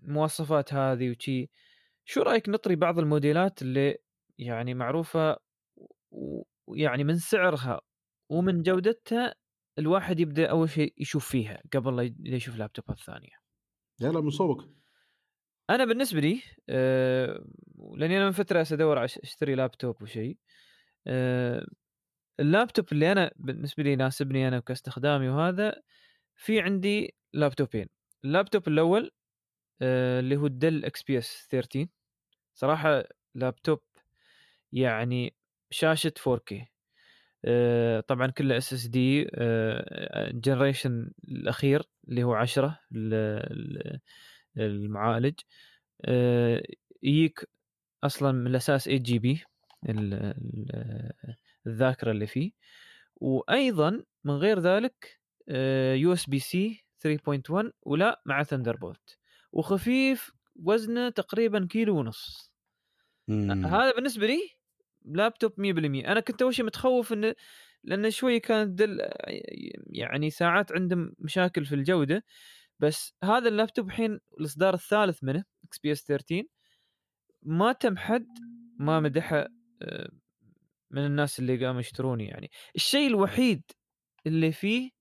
المواصفات هذه وشي، شو رأيك نطري بعض الموديلات اللي يعني معروفة و ويعني من سعرها ومن جودتها الواحد يبدأ أول شيء يشوف فيها قبل لا ي لا يشوف اللابتوبات الثانية. يلا من صوبك. أنا بالنسبة لي آآ، لأني أنا من فترة جالس أدوّر عش أشتري لابتوب وشي، آآ، اللابتوب اللي أنا بالنسبة لي يناسبني أنا كاستخدامي وهذا، في عندي لابتوبين. اللابتوب الأول آآ، اللي هو الDell إكس بي إس ثيرتين صراحة لابتوب يعني شاشة فور كيه آآ، طبعًا كله إس إس دي آآ، الgeneration الأخير اللي هو عشرة ال ال المعالج آآ، يجيك أصلًا من الأساس إيت جي بي ال ال الذاكرة اللي فيه، وأيضًا من غير ذلك آآ، يو إس بي سي ثري بوينت ون ولا مع Thunderbolt وخفيف وزنه تقريبًا كيلو ونص. أ إمم. هذا بالنسبة لي لابتوب مية بالمية. أنا كنت أول شي متخوّف إنه لأن شوي كانت Dell يعني ساعات عندهم مشاكل في الجودة، بس هذا اللابتوب الحين الإصدار الثالث منه إكس بي إس ثيرتين ما تم حد ما مدحه آآ، من الناس اللي قاموا يشترونه يعني. الشيء الوحيد اللي فيه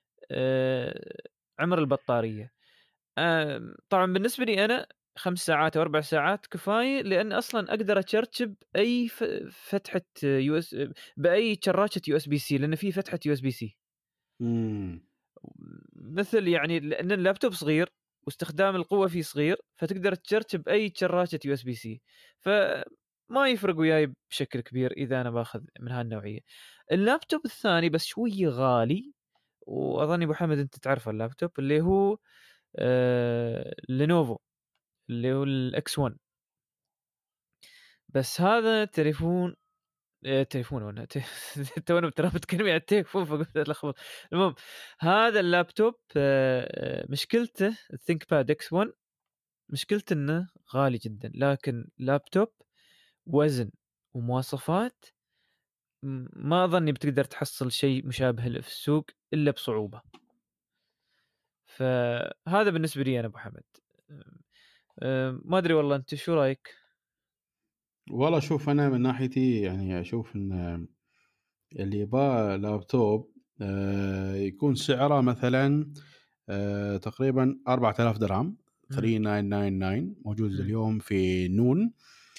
آآ، عمر البطارية. آمم، طبعًا بالنسبة لي أنا خمس ساعات أو أربع ساعات كفاية، لأن أصلًا أقدر أشرشب أي ف فتحة يو إس بأي شراشة يو إس بي سي لأن في فتحة يو إس بي سي. إمم. مثل يعني لأن اللابتوب صغير واستخدام القوة فيه صغير، فتقدر تشرشب أي شراشة يو إس بي سي، فما يفرق وياي بشكل كبير إذا أنا باخذ من هالنوعية. اللابتوب الثاني بس شوية غالي، وأظني أبو حمد أنت تعرفه اللابتوب اللي هو آآ، لينوفو اللي هو الإكس ون. بس هذا تليفون آآ، تليفون والله ت تونا ترى متكلمين عن التليفون فقلت أتلخبط. المهم هذا اللابتوب آآ، مشكلته الThinkPad إكس ون مشكلته إنه غالي جدًا، لكن لابتوب وزن ومواصفات م ما أظني بتقدر تحصل شيء مشابه له في السوق إلا بصعوبة. فهذا بالنسبة لي أنا أبو حمد. آآ، ما أدري والله أنت شو رأيك؟ والله شوف أنا من ناحيتي يعني أشوف إن اللي يبغى لابتوب آآ يكون سعره مثلًا آآ تقريبًا أربعة آلاف درهم إمم، ثري ناين ناين ناين موجود إمم. اليوم في نون.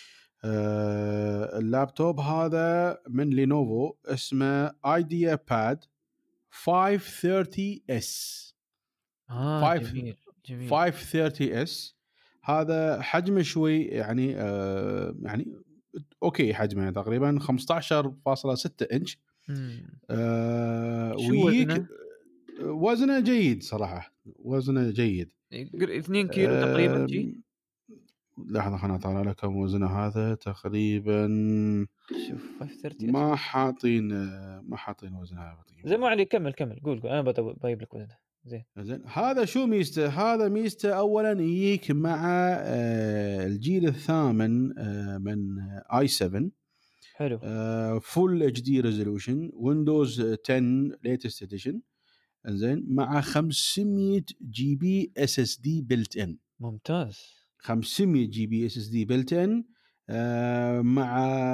آآ اللابتوب هذا من لينوفو اسمه IdeaPad فايف ثيرتي إس آه، فايف جميل، جميل. فايف ثيرتي إس هذا حجمه شوي يعني آآ يعني أوكي حجمه تقريبًا خمسطعش فاصلة ستة إنش. إمم. آآ شو ويجيك وزنه؟ وزنه جيد صراحة، وزنه جيد. يقول اثنين كيلو تقريبًا شي؟ آمم لحظة خليني أطلع لك كم وزنه هذا تقريبًا. شوف خمسة وثلاثين ما حاطين ما حاطين وزنه زين ما عليه كمّل، كمّل قُل، قُل أنا بت باجيب لك وزنه. زين. زين. هذا شو ميزته؟ هذا ميزته أولًا يجيك مع آآ الجيل الثامن آآ من آي سفن حلو. آآ Full إتش دي resolution Windows تن latest edition إنزين مع خمسمية جي بي إس إس دي built in ممتاز. خمسمية جي بي إس إس دي built in آآ مع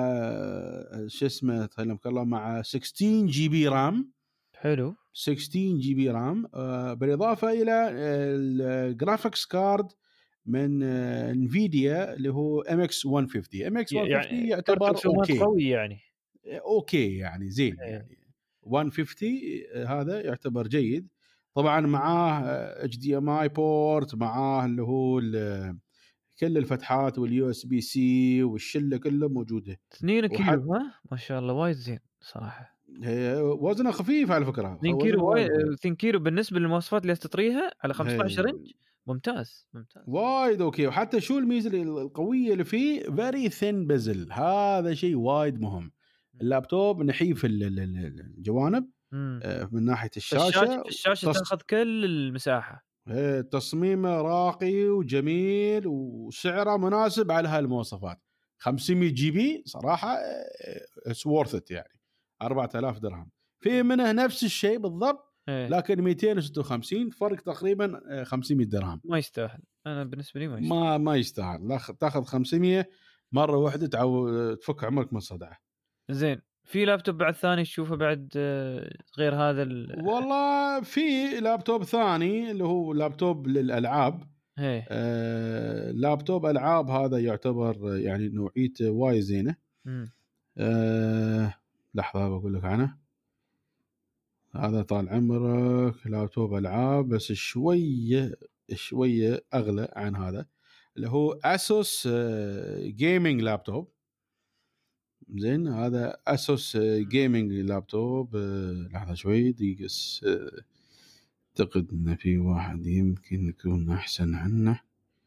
شو اسمه سلمك الله مع ستاشر جي بي رام حلو. ستاشر جي بي رام آه، بالإضافة إلى الجرافيكس كارد من آه، انفيديا اللي هو ام اكس ون فيفتي. ام اكس ي ون فيفتي يعني كرت يعتبر رسومات اوكي قوي يعني. اوكي يعني زين إيه. يعني ون فيفتي هذا يعتبر جيد. طبعا معاه اتش دي ام اي بورت معاه اللي هو ال- كل الفتحات واليو اس بي سي والشله كله موجوده. اثنين وحتى كيلو ها؟ ما شاء الله وايد زين صراحة. وزنه خفيف على فكره اثنين وزنه كيلو وايد وايد خفيف. اثنين كيلو بالنسبة للمواصفات اللي تطريها على خمسة عشر هي. إنش ممتاز، ممتاز. وايد اوكي. وحتى شو الميزه القويه اللي فيه فيري ثين بزل هذا شيء وايد مهم. اللابتوب نحيف ال- ال- ال- الجوانب إمم. آه، من ناحيه فالشاشة الشاشه. فالشاشة تص... تاخذ كل المساحة. آه، تصميمه راقي وجميل وسعره مناسب على هالمواصفات. خمسمية جي بي صراحه اتس وورث ات يعني أربعة آلاف درهم. في منه نفس الشيء بالضبط إيه. لكن مئتين وستة وخمسين فرق تقريبا خمسمية درهم. ما يستاهل، انا بالنسبه لي ما يستاهل. ما ما يستاهل. لا تاخذ خمسمية مره واحده تعو تفك عمرك من صدعه. زين، في لابتوب بعد ثاني تشوفه بعد غير هذا ال... والله في لابتوب ثاني اللي هو لابتوب للالعاب. هي. آه لابتوب العاب هذا يعتبر يعني نوعيته وايد زينه. آه لحظه بقول لك عنه. هذا طال عمرك لابتوب العاب بس شويه شويه اغلى عن هذا اللي هو اسوس جيمنج لابتوب. زين هذا اسوس جيمنج لابتوب. لحظه شوي دقيقه. اعتقد ان في واحد يمكن يكون احسن عنه.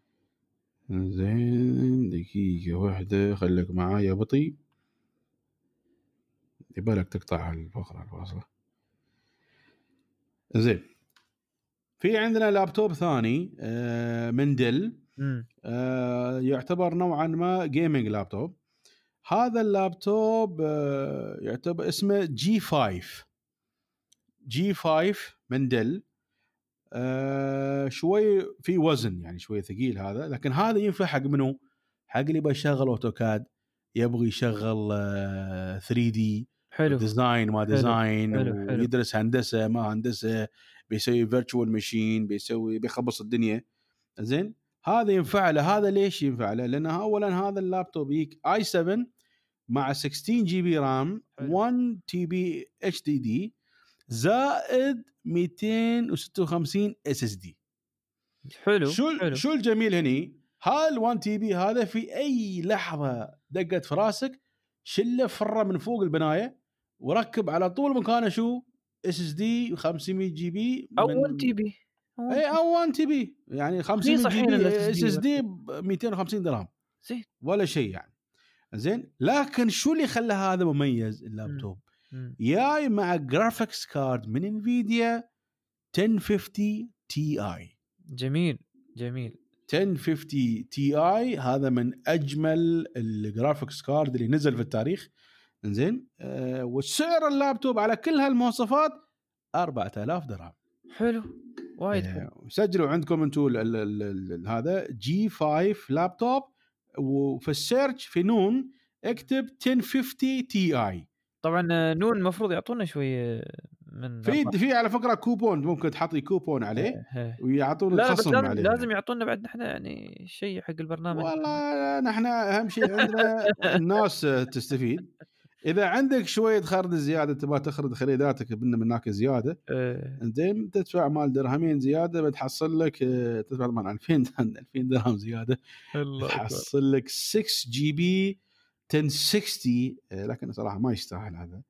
زين دقيقه واحده خليك معايا بطيء يبالك تقطع الفقره الفاصله. زين في عندنا لابتوب ثاني من ديل يعتبر نوعا ما جيمنج لابتوب. هذا اللابتوب يعتبر اسمه جي فايف جي فايف من ديل. شوي في وزن يعني شوي ثقيل هذا لكن هذا ينفع حق منو؟ حق اللي يبغى يشغل اوتوكاد يبغى يشغل ثري دي حلو ديزاين ما ديزاين حلو. حلو. حلو. ويدرس هندسه ما هندسه بيسوي فيرتشوال ماشين بيسوي بيخبص الدنيا. زين هذا ينفع له. هذا ليش ينفع له؟ لأن أولا هذا اللابتوب يك آي سفن مع ستاشر جي بي رام واحد تي بي اتش دي دي زائد مئتين وستة وخمسين اس اس دي. حلو. شو حلو. شو الجميل هني؟ هال واحد تي بي هذا في أي لحظة دقت في راسك شله فره من فوق البناية وركب على طول مكانه شو اس اس دي خمسمية جي بي او واحد تي بي اي او واحد تي بي يعني خمسمية جي بي اس اس دي مئتين وخمسين درهم زين ولا شيء يعني. زين لكن شو اللي خلى هذا مميز اللابتوب؟ جاي مع جرافيكس كارد من انفيديا عشرة خمسين تي اي. جميل جميل. عشرة خمسين تي اي هذا من اجمل الجرافيكس كارد اللي نزل في التاريخ. زين أه والسعر اللابتوب على كل هالمواصفات أربعة آلاف درهم. حلو وايد حلو. سجلوا عندكم انتم هذا جي فايف لابتوب وفي السيرش في نون اكتب عشرة خمسين تي اي. طبعا نون المفروض يعطونا شويه من في في على فكره كوبون ممكن تحطي كوبون عليه ويعطونا خصم لازم عليه. لازم يعطونا بعد نحن يعني شيء حق البرنامج. والله نحن اهم شيء عندنا الناس تستفيد. اذا عندك شويه خرد زياده تبغى تخرج خريداتك من هناك زياده زين تدفع مال درهمين زياده بتحصل لك تدفع طبعا ألفين درهم زياده تحصل لك ستة جي بي ألف وستين. لكن صراحه ما يستاهل هذا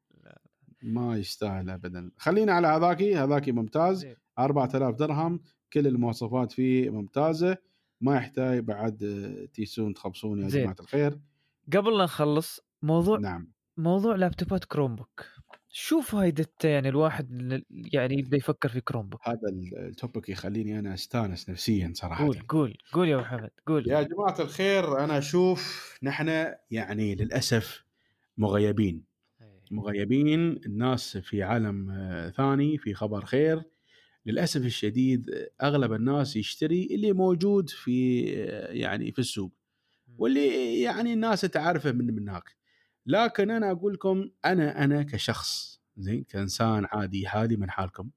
ما يستاهل ابدا. خلينا على هذاكي هذاكي ممتاز أربعة آلاف درهم كل المواصفات فيه ممتازه ما يحتاج بعد تيسون تخبصون يا جماعه الخير. قبل لا نخلص موضوع نعم موضوع لابتوبات كروم بوك شو فايدته يعني الواحد يعني يبدا يفكر في كروم بوك؟ هذا التوبك يخليني انا استانس نفسيا صراحه. قول قول قول يا ابو حمد قول. يا جماعه الخير انا اشوف نحن يعني للاسف مغيبين مغيبين الناس في عالم ثاني في خبر خير. للاسف الشديد اغلب الناس يشتري اللي موجود في يعني في السوق واللي يعني الناس تعرفه من من هناك. لكن انا اقول لكم انا انا كشخص زين كانسان عادي عادي من حالكم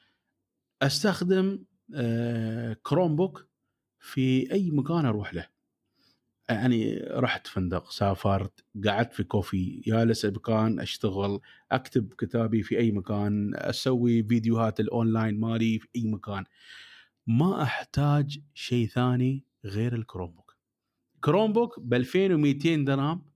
استخدم آه كروم بوك في اي مكان اروح له. يعني رحت فندق سافرت قعدت في كوفي جالس بمكان اشتغل اكتب كتابي في اي مكان اسوي فيديوهات الاونلاين مالي في اي مكان ما احتاج شيء ثاني غير الكروم بوك. كروم بوك ب ألفين ومئتين درهم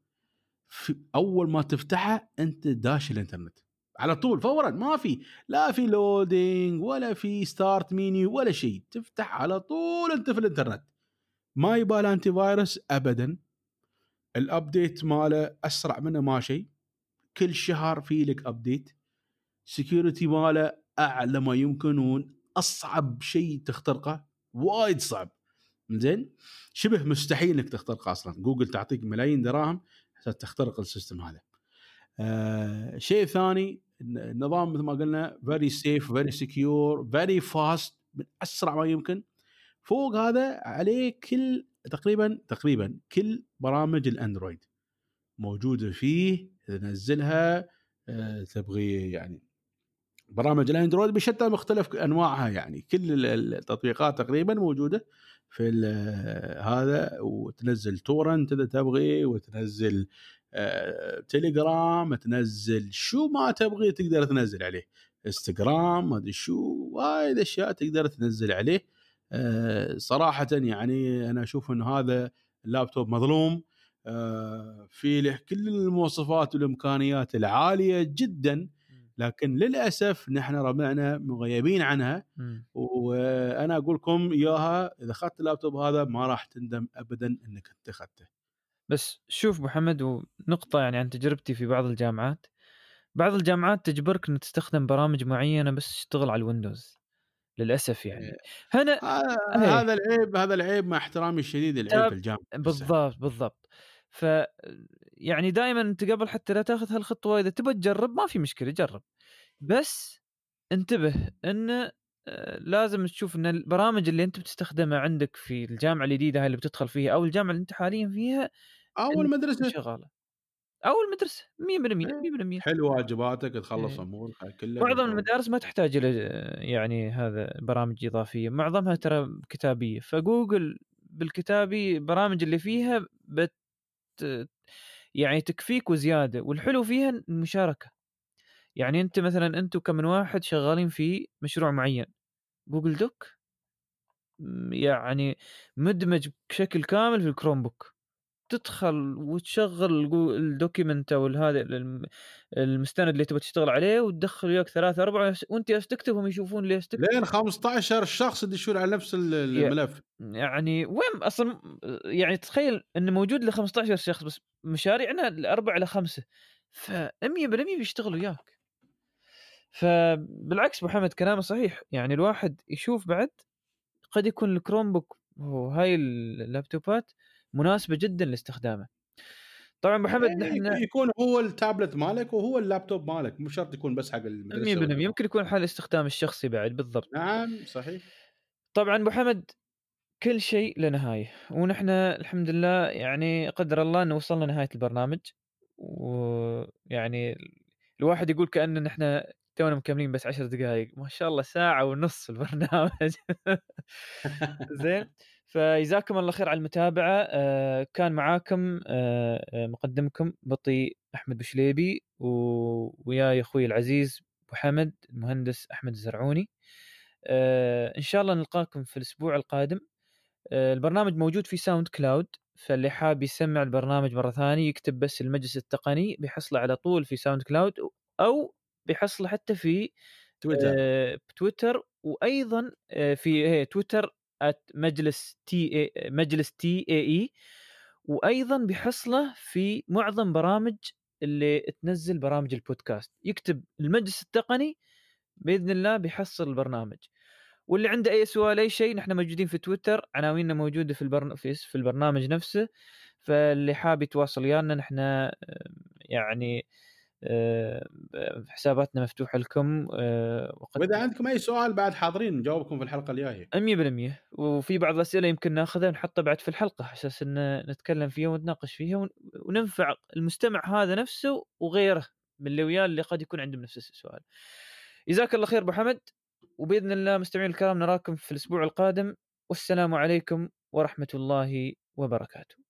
اول ما تفتحه انت داش الانترنت على طول فورا ما في لا في لودينج ولا في ستارت مينيو ولا شيء تفتح على طول انت في الانترنت. ما يبال انتي فايروس ابدا. الابديت ماله اسرع منه ما شيء كل شهر في لك ابديت. سكيورتي ماله اعلى ما يمكنون اصعب شيء تخترقه وايد صعب زين شبه مستحيل انك تخترقه اصلا. جوجل تعطيك ملايين دراهم عشان تخترق السيستم هذا. آه شيء ثاني، النظام مثل ما قلنا very safe very secure very fast، من اسرع ما يمكن. فوق هذا عليه كل تقريبا تقريبا كل برامج الاندرويد موجوده فيه، تنزلها آه تبغي يعني برامج الاندرويد بشتى مختلف انواعها، يعني كل التطبيقات تقريبا موجوده في هذا، وتنزل تورنت اذا تبغي، وتنزل آه، تليجرام، تنزل شو ما تبغي تقدر تنزل عليه، انستغرام، ما ادري شو، وايد اشياء تقدر تنزل عليه. آه، صراحه يعني انا اشوف انه هذا اللابتوب مظلوم، آه، في له كل المواصفات والامكانيات العاليه جدا، لكن للاسف نحن ربعنا مغيبين عنها. مم. وانا اقول لكم اياها، اذا اخذت اللابتوب هذا ما راح تندم ابدا انك انت اخذته. بس شوف محمد، ونقطة يعني عن تجربتي في بعض الجامعات، بعض الجامعات تجبرك ان تستخدم برامج معينة بس تشتغل على الويندوز للاسف. يعني هنا ايه هذا العيب، هذا العيب مع احترامي الشديد، العيب في تاب الجامعه نفسها. بالضبط بالضبط. ف يعني دائما انت قبل حتى لا تاخذ هالخطوة، اذا تبى تجرب ما في مشكلة جرب، بس انتبه ان آه، لازم تشوف ان البرامج اللي انت بتستخدمها عندك في الجامعة الجديدة هاي اللي بتدخل فيها او الجامعة اللي انت حاليا فيها او ان تكون المدرسه، شغالة، او المدرسة مية بالمية إيه، مية بالمية. حل واجباتك، تخلص إيه. امورك، هاي كلها معظم بالبرامج. المدارس ما تحتاج الى يعني هذا برامج اضافيه، معظمها ترى كتابيه، فجوجل بالكتابي البرامج اللي فيها بت يعني تكفيك وزياده. والحلو فيها المشاركه، يعني انت مثلا انتم كم من واحد شغالين في مشروع معين، جوجل دوك م- يعني مدمج بشكل كامل في الكروم بوك، تدخل وتشغل الجو- الدوكيمنت او هذا الم- المستند اللي تبغى تشتغل عليه، وتدخل وياك ثلاثة أربعة، وانت جالس تكتب هم يشوفون ليش تكتب. لين خمسة عشر شخص يدشون على نفس ال- يا- الملف. يعني وين اصلا، يعني تخيل انه موجود ل خمسة عشر شخص بس مشاريعنا لأربعة إلى خمسة، فمية بالمية بيشتغلوا وياك. فبالعكس محمد كلامه صحيح، يعني الواحد يشوف بعد قد يكون الكروم بوك وهاي اللابتوبات مناسبة جدا لاستخدامه. طبعا محمد نحن إيه، يكون هو التابلت مالك وهو اللابتوب مالك، مو شرط يكون بس حق مية المدرسه بالمية والجامعه. يمكن يكون حال الاستخدام الشخصي بعد بالضبط. نعم صحيح. طبعا محمد كل شيء له نهاية، ونحن الحمد لله يعني قدر الله أنه وصلنا نهاية البرنامج. ويعني الواحد يقول كأن نحن تونا مكملين بس عشر دقائق، ما شاء الله ساعة ونص البرنامج. زين، فجزاكم الله خير على المتابعة. آه كان معاكم آه آه، مقدمكم بطي أحمد بشليبي، وياي أخوي العزيز أبو حمد المهندس أحمد الزرعوني. آه إن شاء الله نلقاكم في الأسبوع القادم. آه، البرنامج موجود في ساوند كلاود، فاللي حاب يسمع البرنامج مرة ثانية يكتب بس المجلس التقني بيحصله على طول في ساوند كلاود، أو بيحصله حتى في تويتر. آه، تويتر، وأيضا آه، في هي تويتر at مجلس تي مجلس تي اي اي، وأيضا بيحصله في معظم برامج اللي تنزل برامج البودكاست، يكتب المجلس التقني بإذن الله بيحصل البرنامج. واللي عنده اي سؤال اي شيء، نحن موجودين في تويتر، عناويننا موجوده في البرن... في في البرنامج نفسه، فاللي حاب يتواصل ويانا نحن آه، يعني آه، حساباتنا مفتوحه لكم. آه، وقد واذا عندكم اي سؤال بعد حاضرين نجاوبكم في الحلقه الجايه. مية بالمية. وفي بعض الاسئله يمكن ناخذها ونحطها بعد في الحلقه على اساس ان نتكلم فيها ونتناقش فيها ون... وننفع المستمع هذا نفسه وغيره من اللي وياه اللي قد يكون عندهم نفس السؤال. جزاك الله خير ابو حمد، وباذن الله مستمعين الكرام نراكم في الاسبوع القادم، والسلام عليكم ورحمه الله وبركاته.